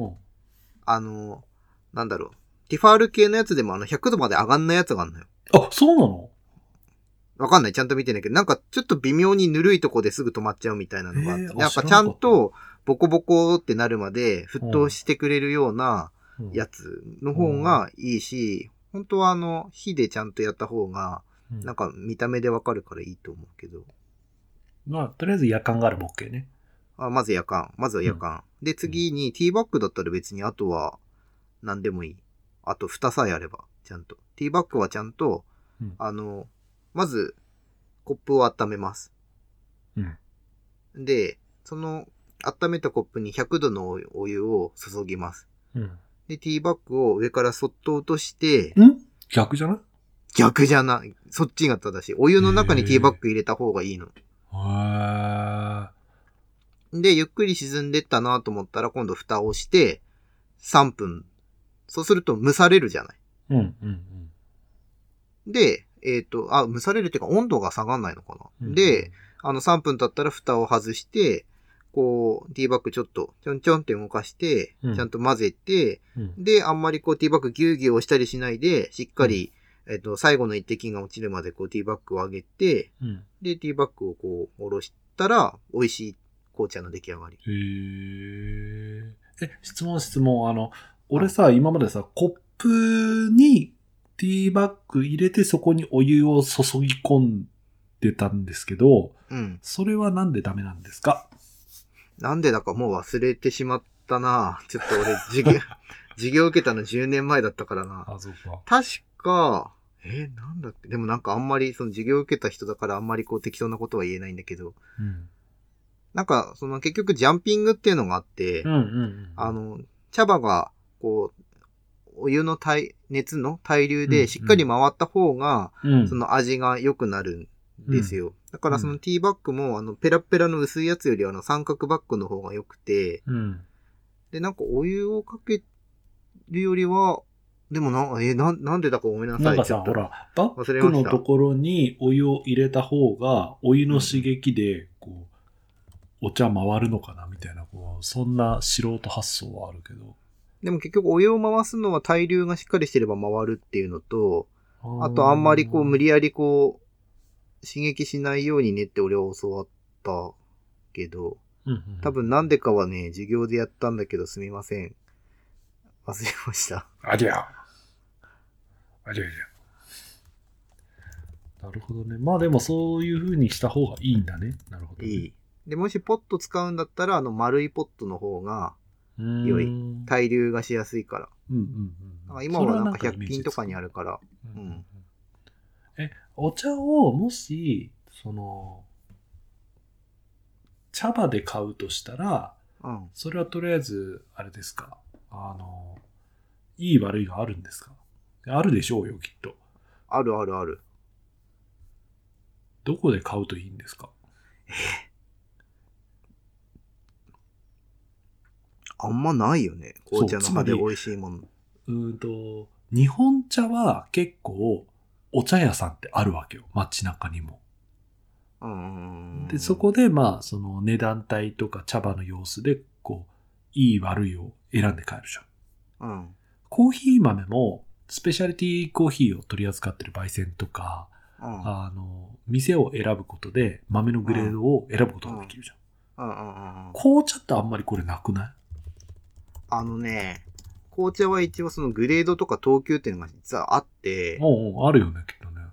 なんだろう。ティファール系のやつでも100度まで上がんないやつがあるのよ。 あ、そうなの？ わかんない。ちゃんと見てないけど、なんかちょっと微妙にぬるいとこですぐ止まっちゃうみたいなのがあって、なんかちゃんとボコボコってなるまで沸騰してくれるようなやつの方がいいし、本当は火でちゃんとやった方が、なんか見た目でわかるからいいと思うけど。 まあ、とりあえず夜間があれば OK ね。 まず夜間。まずは夜間。で、次にティーバッグだったら別にあとは何でもいい。あと蓋さえあれば、ちゃんと。ティーバッグはちゃんと、まず、コップを温めます。で、その、温めたコップに100度のお湯を注ぎます。で、ティーバッグを上からそっと落として、 逆じゃない？ 逆じゃない。そっちが正しい。お湯の中にティーバッグ入れた方がいいの。で、ゆっくり沈んでったなと思ったら、今度蓋をして、3分。そうすると蒸されるじゃない。で、蒸されるっていうか温度が下がんないのかな。で、3分経ったら蓋を外して、こう、ティーバッグちょっと、ちょんちょんって動かして、ちゃんと混ぜて、で、あんまりこう、ティーバッグギューギュー押したりしないで、しっかり、最後の一滴が落ちるまでこう、ティーバッグを上げて、で、ティーバッグをこう、下ろしたら、美味しい紅茶の出来上がり。 質問。俺さ、今までさ、コップにティーバッグ入れてそこにお湯を注ぎ込んでたんですけど、それはなんでダメなんですか？ なんでだかもう忘れてしまったな。ちょっと俺、授業受けたの10年前だったからな。 そうか。 確か、なんだっけ。でもなんかあんまり、その授業受けた人だからあんまりこう適当なことは言えないんだけど、なんか、結局ジャンピングっていうのがあって、茶葉が、こう、お湯の熱の対流でしっかり回った方が、その味が良くなるんですよ。だからそのティーバッグも、ペラペラの薄いやつより三角バッグの方が良くて、で、なんかお湯をかけるよりは、でもなんでだかごめんなさい。 なんかさ、ほら、バッグのところにお湯を入れた方が、お湯の刺激で、こう、お茶回るのかなみたいな、こう、そんな素人発想はあるけど。 でも結局お湯を回すのは対流がしっかりしてれば回るっていうのと、あとあんまりこう無理やりこう、刺激しないようにねって俺は教わったけど、多分なんでかはね、授業でやったんだけどすみません。忘れました。 ありゃ。なるほどね。まあでもそういう風にした方がいいんだね。なるほど、ね。いい。 で、もしポット使うんだったら、丸いポットの方が良い。対流がしやすいから。今はなんか100均とかにあるから。 お茶をもし、茶葉で買うとしたら、それはとりあえず、あれですか。いい悪いがあるんですか？あるでしょうよ、きっと。 あるあるある。 どこで買うといいんですか？ あんまないよね。紅茶の葉で美味しいもの。 日本茶は結構お茶屋さんってあるわけよ。街中にも。で、そこでまあ、その値段帯とか茶葉の様子で、こう、いい悪いを選んで買えるじゃん。コーヒー豆も、スペシャリティコーヒーを取り扱ってる焙煎とか、店を選ぶことで豆のグレードを選ぶことができるじゃん。紅茶ってあんまりこれなくない？ 紅茶は一応そのグレードとか等級っていうのが実はあって。 あるよね、きっとね。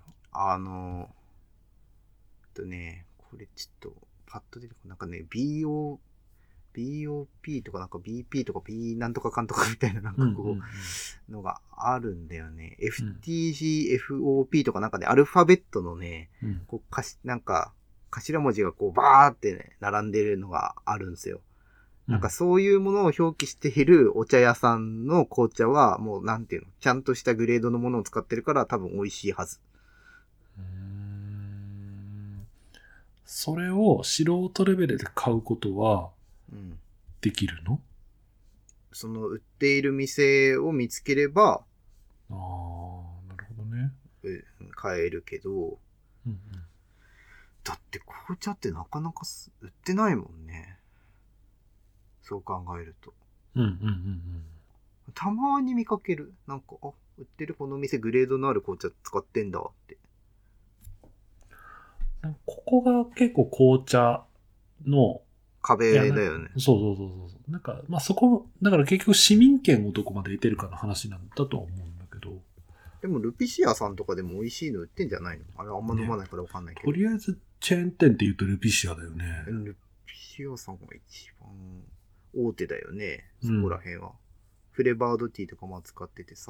これちょっとパッと出てこない。なんかね、BOP とかなんか BP とか P なんとかかんとかみたいななんかこう、のがあるんだよね。FTG、FOP とかなんかね、アルファベットのね、こうなんか頭文字がこうバーってね、並んでるのがあるんですよ。なんかそういうものを表記しているお茶屋さんの紅茶はもうなんていうの、ちゃんとしたグレードのものを使ってるから多分美味しいはず。 それを素人レベルで買うことはできるの？ その売っている店を見つければ、 なるほどね。 買えるけど、だって紅茶ってなかなか売ってないもんね。そう考えると。たまに見かける。なんか、売ってるこの店グレードのある紅茶使ってんだって。 ここが結構紅茶の壁だよね。 そうそうそうそう。なんか、まあそこ、だから結局市民権をどこまで得てるかの話なんだとは思うんだけど。 でもルピシアさんとかでも美味しいの売ってんじゃないの？あれあんま飲まないからわかんないけど。 とりあえずチェーン店って言うとルピシアだよね。 ルピシアさんが一番大手だよね。そこら辺は。フレバードティーとかも扱っててさ。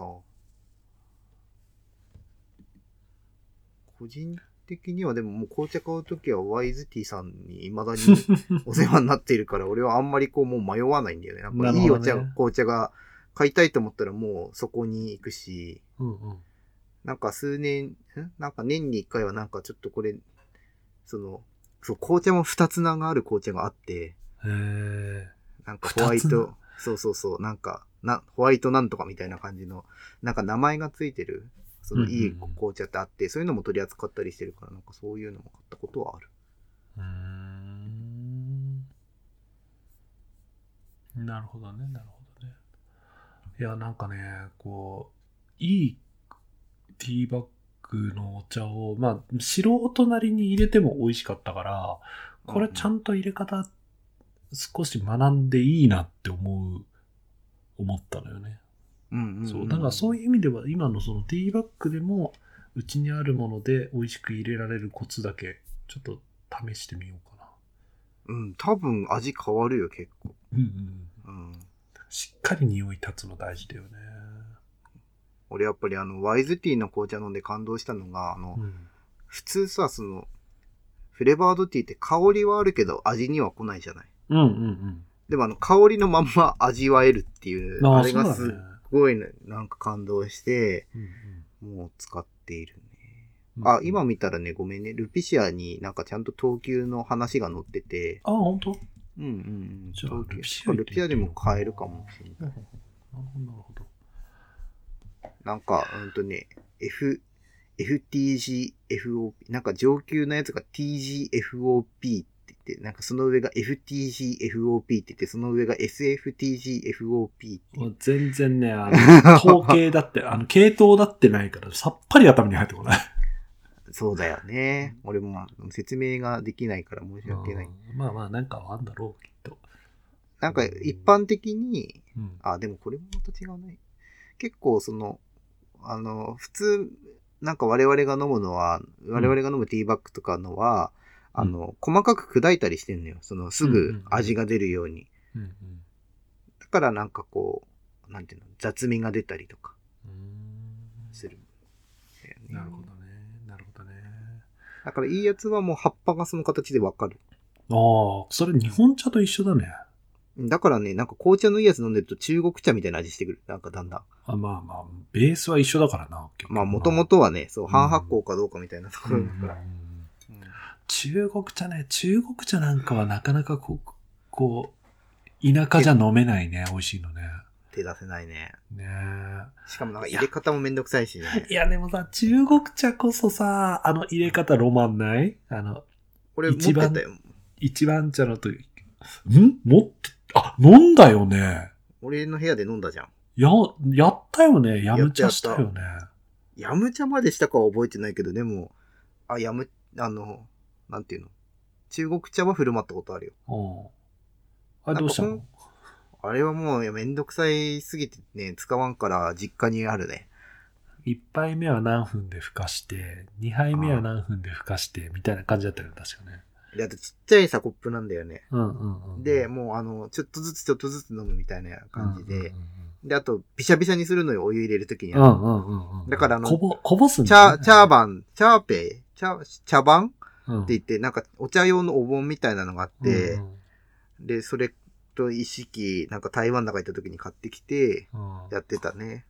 個人的にはでももう紅茶買うときはワイズティーさんに未だにお世話になっているから、俺はあんまりこうもう迷わないんだよね。やっぱいいお茶、紅茶が買いたいと思ったらもうそこに行くし、なんかなんか年に1回はなんかちょっとこれ、そう紅茶も2つ名がある紅茶があって、なんかホワイト、そう、なんか、ホワイトなんとかみたいな感じの、なんか名前がついてる、いい紅茶ってあって、そういうのも取り扱ったりしてるから、なんかそういうのも買ったことはある。 なるほどね。いや、なんかね、こう、いいティーバッグのお茶を、まあ、素人なりに入れても美味しかったから、これちゃんと入れ方少し学んでいいなって思ったのよね。そう。だからそういう意味では、今のそのティーバッグでも、うちにあるもので美味しく入れられるコツだけ、ちょっと試してみようかな。 多分味変わるよ、結構。 しっかり匂い立つの大事だよね。 俺やっぱりワイズティーの紅茶飲んで感動したのが、普通さ、フレバードティーって香りはあるけど味には来ないじゃない。でも香りのまんま味わえるっていう、あれがすっごい、ね、なんか感動して、もう使っているね。今見たらね、ごめんね、ルピシアになんかちゃんと等級の話が載ってて。 本当？ じゃあルピシアでも買えるかもしれない。 なるほど。 なんか、FTGFOP、なんか上級のやつが TGFOP って言って、なんかその上が FTGFOP って言って、その上が SFTGFOP って。 全然ね、統計だって、系統だってないから、さっぱり頭に入ってこない。 そうだよね。俺も説明ができないから申し訳ない。 まあ、なんかあんだろう、きっと。 なんか一般的に、でもこれもまた違うね。結構普通、なんか我々が飲むティーバッグとかのは、細かく砕いたりしてんのよ。すぐ味が出るように。だからなんかこう、なんていうの、雑味が出たりとか、する。 なるほどね。 だからいいやつはもう葉っぱがその形でわかる。 それ日本茶と一緒だね。 だからね、なんか紅茶のいいやつ飲んでると中国茶みたいな味してくる。なんかだんだん。 まあ、ベースは一緒だからな。 まあ、もともとはね、半発酵かどうかみたいなところだから。 中国茶なんかはなかなかこう、田舎じゃ飲めないね、美味しいのね。 手出せないね。 ねしかもなんか入れ方もめんどくさいしね。 いやでもさ、中国茶こそさ、入れ方ロマンない？ 俺持ってたよ。 一番茶の時。飲んだよね。 俺の部屋で飲んだじゃん。 やったよね。ヤム茶したよね。 ヤム茶までしたかは覚えてないけど、でも、なんていうの。中国茶は振る舞ったことあるよ。 あれどうしたの？ あれはもうめんどくさいすぎてね、使わんから実家にあるね。 1杯目は何分でふかして、2杯目は何分でふかして、みたいな感じだったよね、確かね。 で、あとちっちゃいコップなんだよね。で、もうちょっとずつ飲むみたいな感じで。で、あと、びしゃびしゃにするのよ、お湯入れるときに。だからこぼすんだ、ね。茶番って言って、なんかお茶用のお盆みたいなのがあって、で、それと一式、なんか台湾の中行った時に買ってきて、やってたね。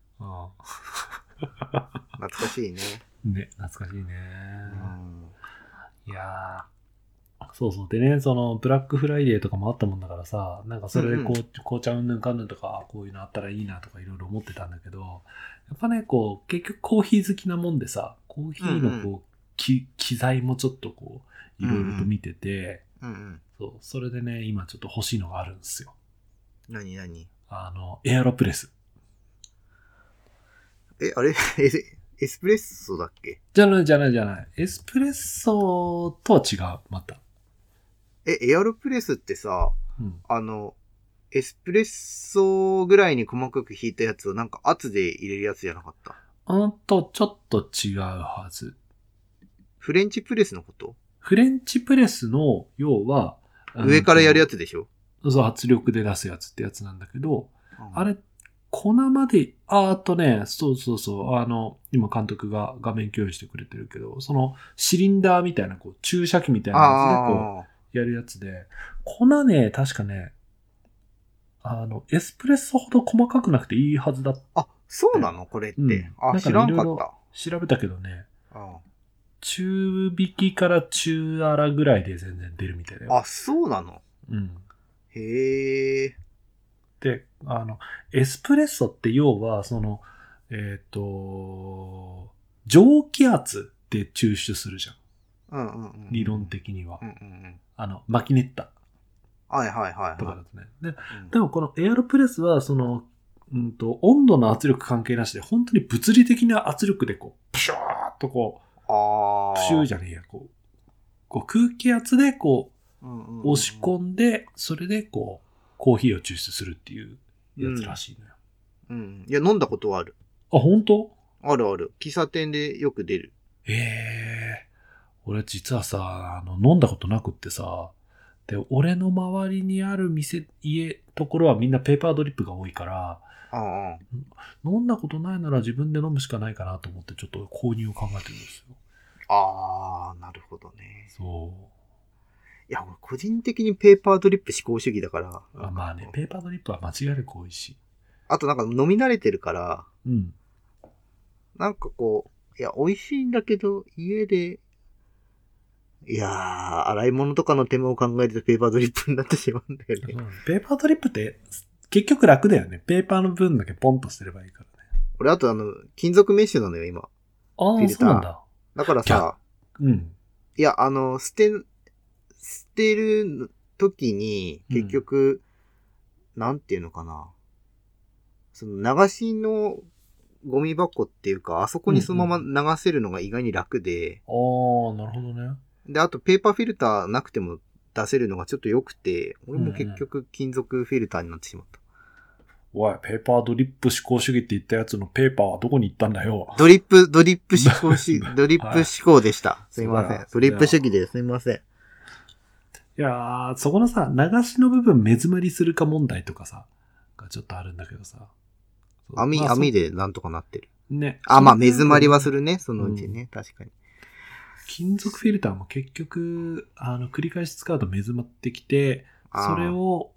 懐かしいね。 ね、懐かしいね。いやそうでね、ブラックフライデーとかもあったもんだからさ、なんかそれで紅茶うんぬんかんぬんとか、こういうのあったらいいなとかいろいろ思ってたんだけど、やっぱね、結局コーヒー好きなもんでさ、コーヒーの機材もちょっといろいろと見てて、それでね、今ちょっと欲しいのがあるんですよ。 何エアロプレス。 あれエスプレッソだっけ？ じゃない。エスプレッソとは違う、また。 エアロプレスってさ、 うん。 エスプレッソぐらいに細かく引いたやつをなんか圧で入れるやつじゃなかった？ ちょっと違うはず。 フレンチプレスのこと？ フレンチプレスの、要は、 上からやるやつでしょ？ そう、圧力で出すやつってやつなんだけど、 うん、 あれ、粉まで、そうそうそう、今監督が画面共有してくれてるけど、そのシリンダーみたいな、こう、注射器みたいなやつで、こう、やるやつで、粉ね、確かね、エスプレッソほど細かくなくていいはずだった。 あ、そうなのこれって。 うん。 あ、知らんかった。 調べたけどね、 あ中引きから中粗ぐらいで全然出るみたいだよ。 あ、そうなの？ うん。 へえ。 で、エスプレッソって要は、蒸気圧で抽出するじゃん。 うんうんうん。 理論的には。 うんうんうん。 マキネッタはいはいはい、はい。 とかだとね。でもこのエアロプレスは、温度の圧力関係なしで、本当に物理的な圧力でこう、プシューっとこう、プシューじゃねえや、こう空気圧でこう、押し込んで、それでこう、コーヒーを抽出するっていうやつらしいのよ。 うん。いや、飲んだことはある。 あ、本当？ あるある。喫茶店でよく出る。 俺実はさ、飲んだことなくってさ、で、俺の周りにあるところはみんなペーパードリップが多いから、 ああ。 飲んだことないなら自分で飲むしかないかなと思ってちょっと購入を考えてるんですよ。 ああ、なるほどね。 そう。 いや、俺個人的にペーパードリップ思考主義だから。 まあね、ペーパードリップは間違いなく美味しい。 あとなんか飲み慣れてるから、 うん。 なんかこう、いや、美味しいんだけど、家で、いやー、洗い物とかの手間を考えてペーパードリップになってしまうんだよね。 ペーパードリップって結局楽だよね。ペーパーの分だけポンとすればいいからね。 俺あと金属メッシュなのよ、今。 ああ、そうなんだ。 だからさ、 うん。 いや、捨てる時に、結局、なんていうのかな。その流しのゴミ箱っていうか、あそこにそのまま流せるのが意外に楽で。 ああ、なるほどね。 で、あとペーパーフィルターなくても出せるのがちょっと良くて、俺も結局金属フィルターになってしまった。 おい、ペーパードリップ思考主義って言ったやつのペーパーはどこに行ったんだよ。 ドリップ思考でした。すいません。ドリップ主義ですいません。 いやー、そこのさ、流しの部分目詰まりするか問題とかさ、がちょっとあるんだけどさ。 網でなんとかなってる。 ね。 まあ、目詰まりはするね、そのうちね、確かに。 金属フィルターも結局、繰り返し使うと目詰まってきて、それを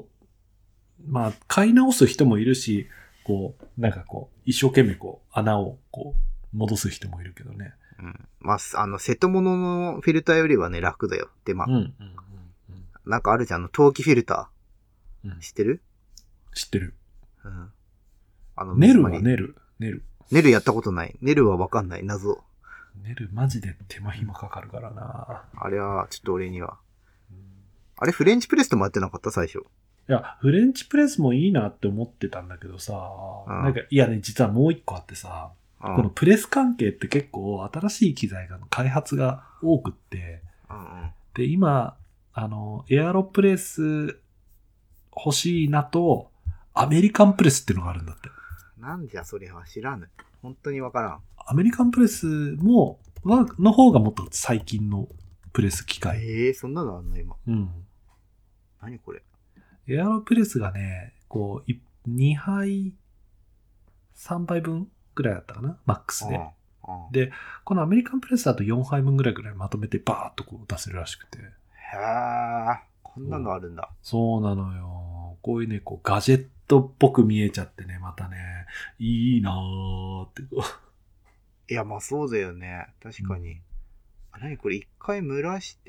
買い直す人もいるし、一生懸命穴を戻す人もいるけどね。 うん。まあ、瀬戸物のフィルターよりはね、楽だよ。で、まあ、なんかあるじゃん、陶器フィルター。知ってる？ 知ってる。 うん。 ネルはネル。 ネルやったことない。ネルはわかんない。謎。 ネルマジで手間暇かかるからな。 あれは、ちょっと俺には。あれ、フレンチプレスともやってなかった最初。 いや、フレンチプレスもいいなって思ってたんだけどさ、いやね、実はもう一個あってさ、このプレス関係って結構新しい機材の開発が多くって、で、今、エアロプレス欲しいなと、アメリカンプレスっていうのがあるんだって。 なんじゃそれは知らぬ。本当にわからん。 アメリカンプレスの方がもっと最近のプレス機械。 そんなのあんの今。うん。何これ。 エアロプレスがね、2杯、3杯分ぐらいだったかなマックスで。で、このアメリカンプレスだと4杯分ぐらいまとめてバーっと出せるらしくて。へー、こんなのあるんだ。 そうなのよ。こういうね、ガジェットっぽく見えちゃってね、またね、いいなーっていや、まあそうだよね。確かに。何これ、一回蒸らして、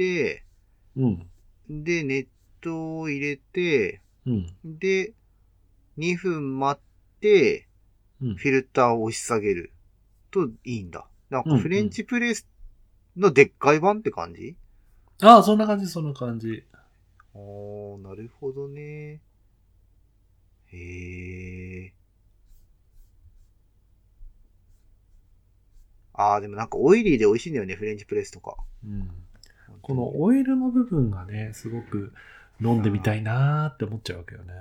で、熱湯を入れて、で、2分待って、フィルターを押し下げるといいんだ。なんかフレンチプレスのでっかい版って感じ？ ああ、そんな感じ、そんな感じ。 なるほどね。へえ。でもなんかオイリーで美味しいんだよね、フレンチプレスとか。 このオイルの部分がね、すごく飲んでみたいなーって思っちゃうわけよね。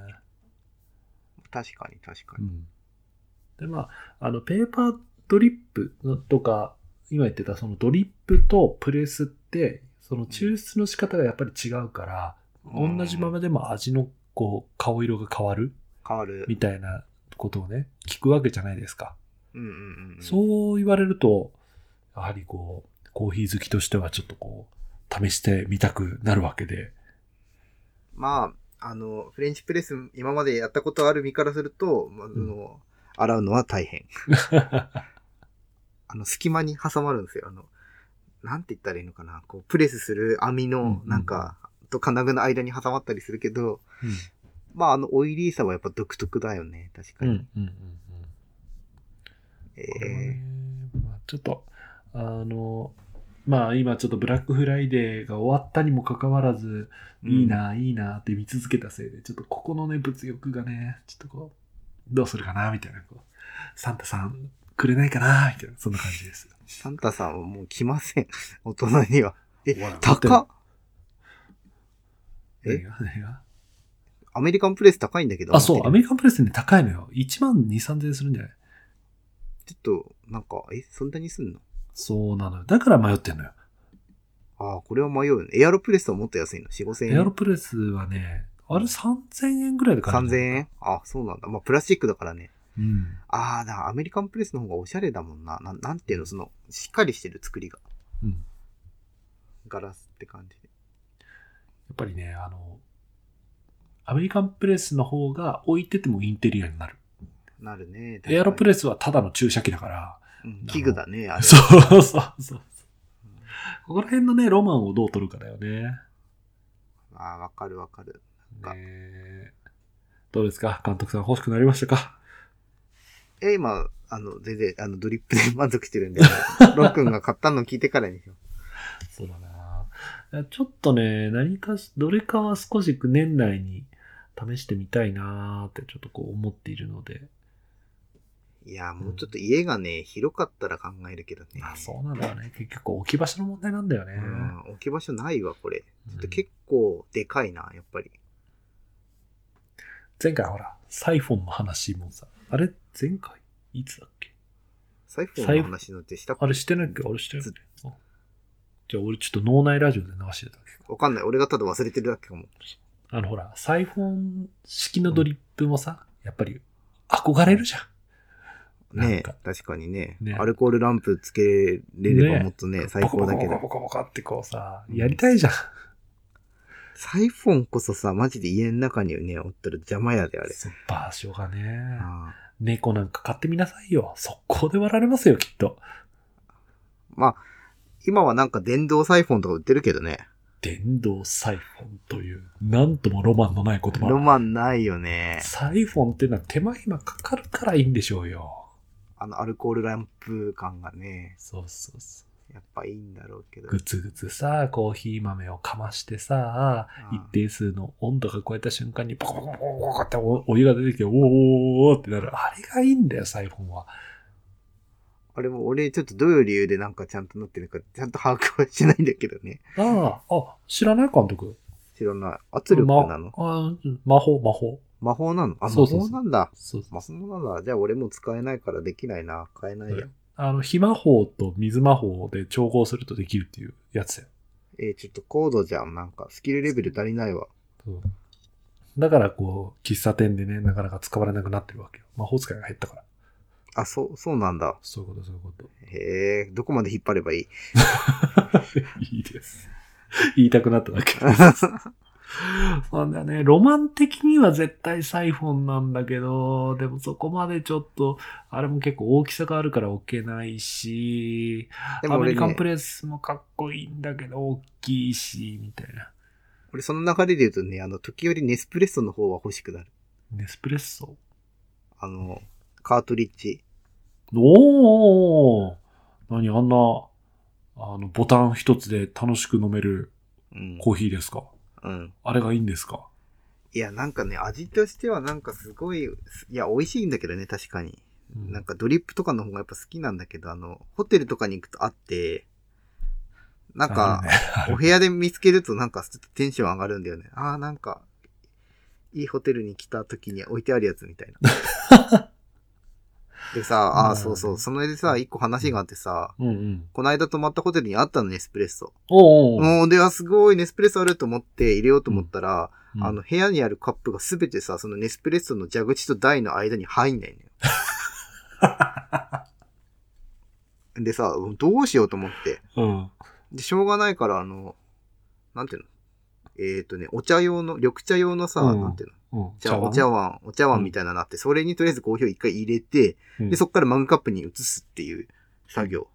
確かに。 で、まあ、ペーパードリップとか、今言ってたそのドリップとプレスって、その抽出の仕方がやっぱり違うから、同じままでも味のこう顔色が変わるみたいなことをね、聞くわけじゃないですか。そう言われると、やはりこう、コーヒー好きとしてはちょっとこう、試してみたくなるわけで。 まあ、フレンチプレス今までやったことある身からすると、洗うのは大変。隙間に挟まるんですよ。なんて言ったらいいのかな。こう、プレスする網の、なんか、と金具の間に挟まったりするけど、まあ、オイリーさはやっぱ独特だよね。確かに。 まあ、ちょっと、まあ今ちょっとブラックフライデーが終わったにもかかわらず、いいなって見続けたせいで、ちょっとここのね、物欲がね、ちょっとこう、どうするかなみたいな、こう、サンタさんくれないかなみたいな、そんな感じです。 サンタさんはもう来ません。大人には。高っ。 何がアメリカンプレス高いんだけど。 そう、アメリカンプレスね、高いのよ。1万2、3000円するんじゃない？ ちょっと、なんか、そんなにすんの？ そうなのよ。だから迷ってんのよ。 これは迷うね。エアロプレスはもっと安いの？ 4、5千円。 エアロプレスはね、あれ3000円ぐらいで買える。 3000円？そうなんだ。まあ、プラスチックだからね。 だからアメリカンプレスの方がおしゃれだもんな。なんていうの、しっかりしてる作りが。ガラスって感じで。 やっぱりね、アメリカンプレスの方が置いててもインテリアになる。 なるね。 エアロプレスはただの注射器だから。 器具だね、あれ。 そう。ここら辺のね、ロマンをどう取るかだよね。 わかる。 どうですか？監督さん欲しくなりましたか？ 今、全然、ドリップで満足してるんで、ロックンが買ったの聞いてからにしよう。 そうだな。ちょっとね、どれかは少し年内に試してみたいなーってちょっとこう思っているので。 いや、もうちょっと家がね、広かったら考えるけどね。 そうなんだよね。結局置き場所の問題なんだよね。 置き場所ないわ、これ。ちょっと結構でかいな、やっぱり。 前回ほら、サイフォンの話もさ、あれ前回いつだっけ？ サイフォンの話なんてしたっけ？ あれしてないっけ？あれしてないっけ？じゃあ俺ちょっと脳内ラジオで流してたっけ？ わかんない。俺がただ忘れてるだけかも。 ほら、サイフォン式のドリップもさ、やっぱり憧れるじゃん。 ねえ、確かにね。アルコールランプつけれればもっとね、最高だけど。 ボコボコってこうさ、やりたいじゃん。 サイフォンこそさ、マジで家の中にね、おったら邪魔やで、あれ。 場所がね。猫なんか買ってみなさいよ。速攻で割られますよ、きっと。 まあ、今はなんか電動サイフォンとか売ってるけどね。 電動サイフォンという、なんともロマンのない言葉。 ロマンないよね。 サイフォンってのは手間暇かかるからいいんでしょうよ。 アルコールランプ感がね。 そう。 やっぱいいんだろうけど。 ぐつぐつさ、コーヒー豆をかましてさ、一定数の温度が超えた瞬間にポコポコポコポコってお湯が出てきて、おーってなる。あれがいいんだよ、サイフォンは。 あれも俺ちょっとどういう理由でなんかちゃんとなってるかちゃんと把握はしないんだけどね。 知らない監督？ 知らない。圧力なの？ 魔法。 魔法なの？魔法なんだ。そうなんだ。じゃあ俺も使えないからできないな。買えないや。 火魔法と水魔法で調合するとできるっていうやつや。 ちょっと高度じゃん。なんかスキルレベル足りないわ。 だからこう、喫茶店でね、なかなか使われなくなってるわけよ。魔法使いが減ったから。 そうなんだ。 そういうこと。 へえ、どこまで引っ張ればいい？ いいです。言いたくなっただけです。そうだね。ロマン的には絶対サイフォンなんだけど、でもそこまでちょっと、あれも結構大きさがあるから置けないし、でもアメリカンプレスもかっこいいんだけど、大きいし、みたいな。 俺その流れで言うとね、時折ネスプレッソの方は欲しくなる。 ネスプレッソ？ カートリッジ。 おー！何あんな、ボタン一つで楽しく飲めるコーヒーですか？あれがいいんですか？ いや、なんかね、味としてはなんかすごい、美味しいんだけどね、確かに。なんかドリップとかの方がやっぱ好きなんだけど、ホテルとかに行くとあって、 なんか、お部屋で見つけるとなんかちょっとテンション上がるんだよね。ああ、なんか、いいホテルに来た時に置いてあるやつみたいな。でさ、そうそう、その間でさ、一個話があってさ、この間泊まったホテルにあったの、ネスプレッソ。ではすごいネスプレッソあると思って入れようと思ったら、部屋にあるカップがすべてさ、そのネスプレッソの蛇口と台の間に入んないのよ。でさ、どうしようと思って。で、しょうがないから、なんていうのお茶用の、緑茶用のさ、なんていうのお茶碗みたいなのあって、それにとりあえずコーヒーを一回入れて、で、そっからマグカップに移すっていう作業。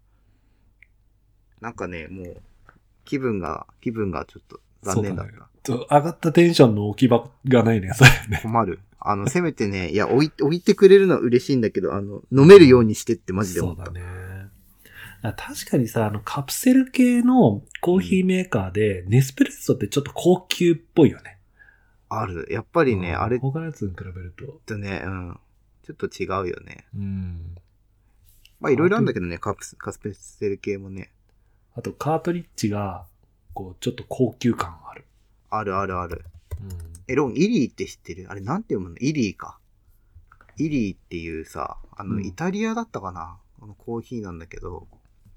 なんかね、もう、気分がちょっと残念だった。 上がったテンションの置き場がないね、それね。 困る。せめてね、いや、置いてくれるのは嬉しいんだけど、飲めるようにしてってマジで思った。 そうだね。確かにさ、カプセル系のコーヒーメーカーで、ネスプレッソってちょっと高級っぽいよね。 ある。やっぱりね、あれ。 他のやつに比べると。 ね、ちょっと違うよね。まあ、いろいろあるんだけどね、カプセル系もね。 あと、カートリッジが、ちょっと高級感ある。 ある。ロン、イリーって知ってる？あれ、なんて読むの？イリーか。イリーっていうさ、イタリアだったかな？コーヒーなんだけど。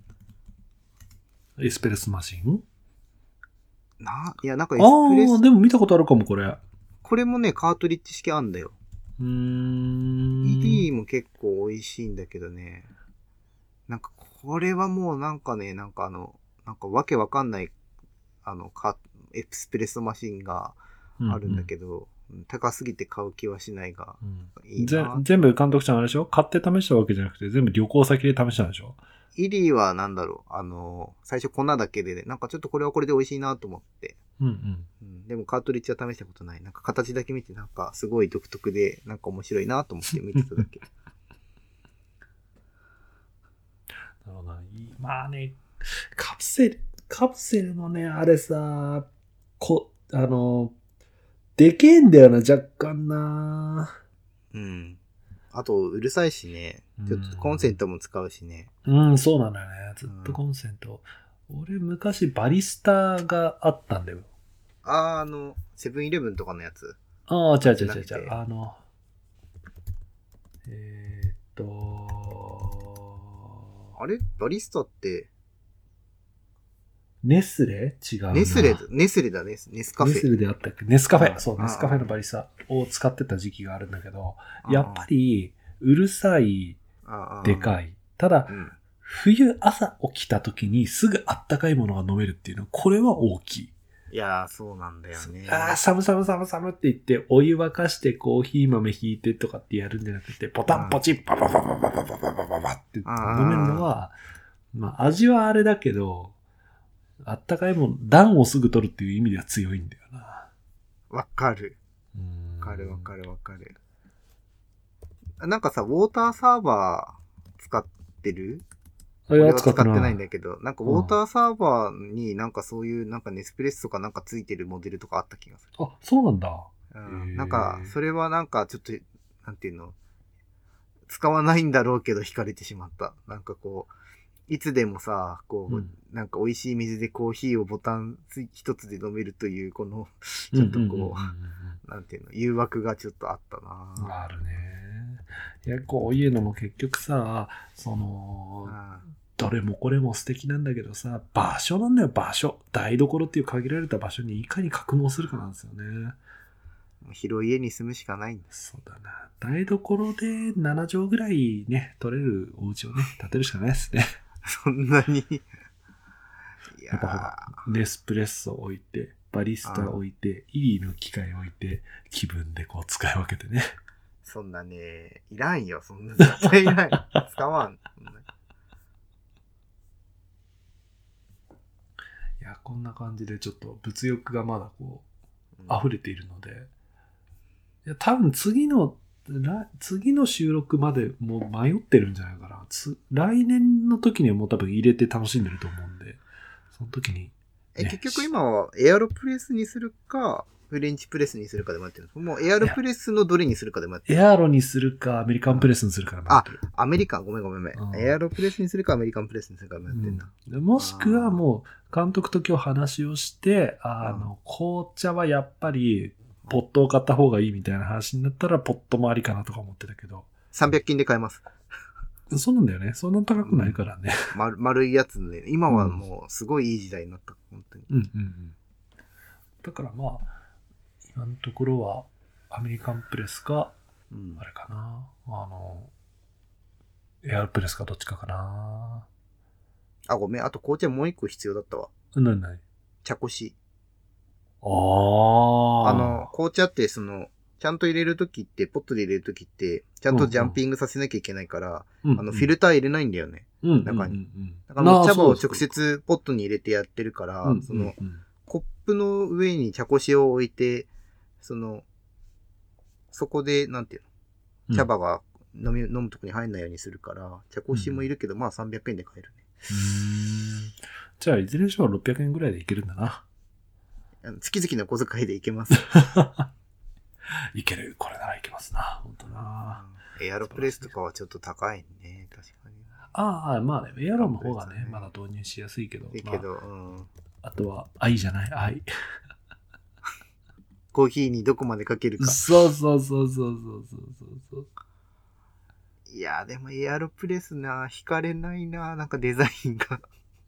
エスプレッソマシン？ いや、なんかエスプレッソ。 でも見たことあるかも、これ。 これもね、カートリッジ式あんだよ。イリーも結構美味しいんだけどね。なんか、これはもうなんかね、なんかわけわかんない、エスプレッソマシンがあるんだけど、高すぎて買う気はしないが、 いいな。全部監督ちゃんあれでしょ？買って試したわけじゃなくて、全部旅行先で試したんでしょ？ イリーはなんだろう、最初粉だけで、なんかちょっとこれはこれで美味しいなと思って。でもカートリッジは試したことない。なんか形だけ見てなんかすごい独特で、なんか面白いなと思って見てただけ。 なるほど。まあね、カプセルのね、あれさ、でけえんだよな、若干な。 あと、うるさいしね。ちょっとコンセントも使うしね。 そうなんだよね。ずっとコンセント。俺、昔バリスタがあったんだよ。 セブンイレブンとかのやつ。 違う。 あれバリスタって、 ネスレ？違うな。 ネスレだ、ネスカフェ。 ネスレであったっけ？ネスカフェ。そう、ネスカフェのバリスタを使ってた時期があるんだけど、やっぱり、うるさい、でかい。ただ、冬朝起きた時にすぐあったかいものが飲めるっていうのは、これは大きい。 いやー、そうなんだよね。 寒って言って、お湯沸かしてコーヒー豆引いてとかってやるんじゃなくて、ポタンポチッパパパパパパパパパパって飲めるのは、まあ味はあれだけど、あったかいもの、暖をすぐ取るっていう意味では強いんだよな。 わかる。なんかさ、ウォーターサーバー使ってる？俺は使ってないんだけど、なんかウォーターサーバーになんかそういうなんかネスプレッソかなんかついてるモデルとかあった気がする。 そうなんだ。 なんか、それはなんかちょっと、なんていうの、使わないんだろうけど惹かれてしまった。なんかこう、いつでもさ、なんか美味しい水でコーヒーをボタン一つで飲めるという、この、ちょっとなんていうの、誘惑がちょっとあったな。 あるね。いや、こういうのも結局さ、どれもこれも素敵なんだけどさ、場所なんだよ、場所。台所っていう限られた場所にいかに格納するかなんですよね。 広い家に住むしかないんです。 そうだな。台所で7畳ぐらいね、取れるお家をね、建てるしかないですね。 そんなに。いやっぱほら、ネスプレッソ置いて、バリスタ置いて、イリーの機械置いて、気分でこう使い分けてね。 そんなね、いらんよ、そんな絶対いらん。使わん。 いや、こんな感じでちょっと物欲がまだこう、溢れているので、いや、多分次の収録までもう迷ってるんじゃないかな。来年の時にはもう多分入れて楽しんでると思うんで、その時に結局今はエアロプレスにするか、フレンチプレスにするかで迷ってるんです。もうエアロプレスのどれにするかで迷ってる。 エアロにするか、アメリカンプレスにするかで迷ってる。 アメリカン、ごめん。エアロプレスにするか、アメリカンプレスにするかで迷ってるんだ。 もしくはもう、監督と今日話をして、紅茶はやっぱり、ポットを買った方がいいみたいな話になったら、ポットもありかなとか思ってたけど。 300均で買えます。 そうなんだよね。そんな高くないからね。 丸いやつね。今はもう、すごいいい時代になった。本当に。 だからまあ、今のところはアメリカンプレスか、あれかな、エアロプレスかどっちかかな。 ごめん、あと紅茶もう一個必要だったわ。 何茶こし。 紅茶ってちゃんと入れるときって、ポットで入れるときって、ちゃんとジャンピングさせなきゃいけないから、フィルター入れないんだよね。中に。だから茶葉を直接ポットに入れてやってるから、コップの上に茶こしを置いて、そこで、なんていうの、茶葉が飲むとこに入んないようにするから、茶こしもいるけど、まあ300円で買えるね。 じゃあ、いずれにしろ600円ぐらいでいけるんだな。 月々の小遣いでいけます。 いける。これならいけますな。本当な。 エアロプレスとかはちょっと高いね。確かに。 まあね、エアロの方がね、まだ導入しやすいけど。あとは、愛じゃない、愛。 コーヒーにどこまでかけるか。 そう。 いや、でもエアロプレス惹かれないな。なんかデザインが。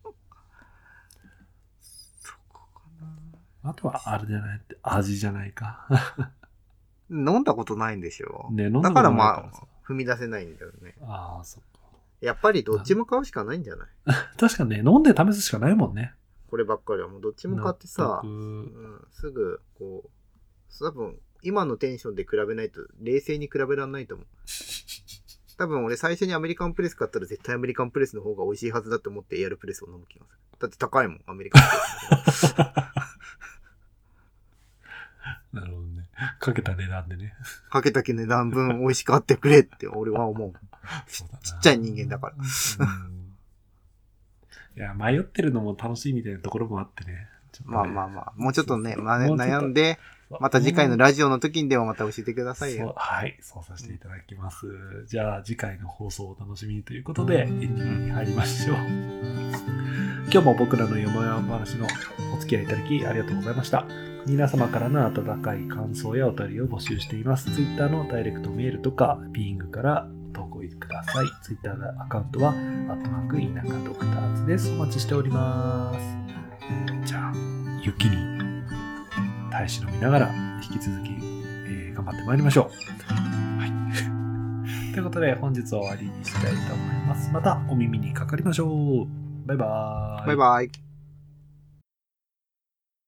そこかな。 あとは、あれじゃないって、味じゃないか。 飲んだことないんでしょ。 ね、飲んだだからまあ、踏み出せないんだよね。 そっか。 やっぱりどっちも買うしかないんじゃない？ 確かにね、飲んで試すしかないもんね。 こればっかりはもうどっちも買ってさ、すぐこう、多分今のテンションで比べないと冷静に比べられないと思う。多分俺最初にアメリカンプレス買ったら絶対アメリカンプレスの方が美味しいはずだと思ってエアロプレスを飲む気がする。だって高いもん、アメリカンプレス。 なるほどね。かけた値段でね。 かけた値段分美味しくあってくれって俺は思う。ちっちゃい人間だから。 いや、迷ってるのも楽しいみたいなところもあってね。 まあ。もうちょっとね、悩んで、また次回のラジオの時にでもまた教えてくださいよ。 はい、そうさせていただきます。じゃあ次回の放送をお楽しみにということで、エンディングに入りましょう。今日も僕らのよもやま話のお付き合いいただきありがとうございました。皆様からの温かい感想やお便りを募集しています。Twitter のダイレクトメールとか、ピーイングから投稿ください。Twitter のアカウントは、田舎ドクターズです。お待ちしております。じゃあ、雪に耐え忍びながら、引き続き、頑張ってまいりましょう。はい。ということで、本日は終わりにしたいと思います。またお耳にかかりましょう。バイバーイ。 バイバイ。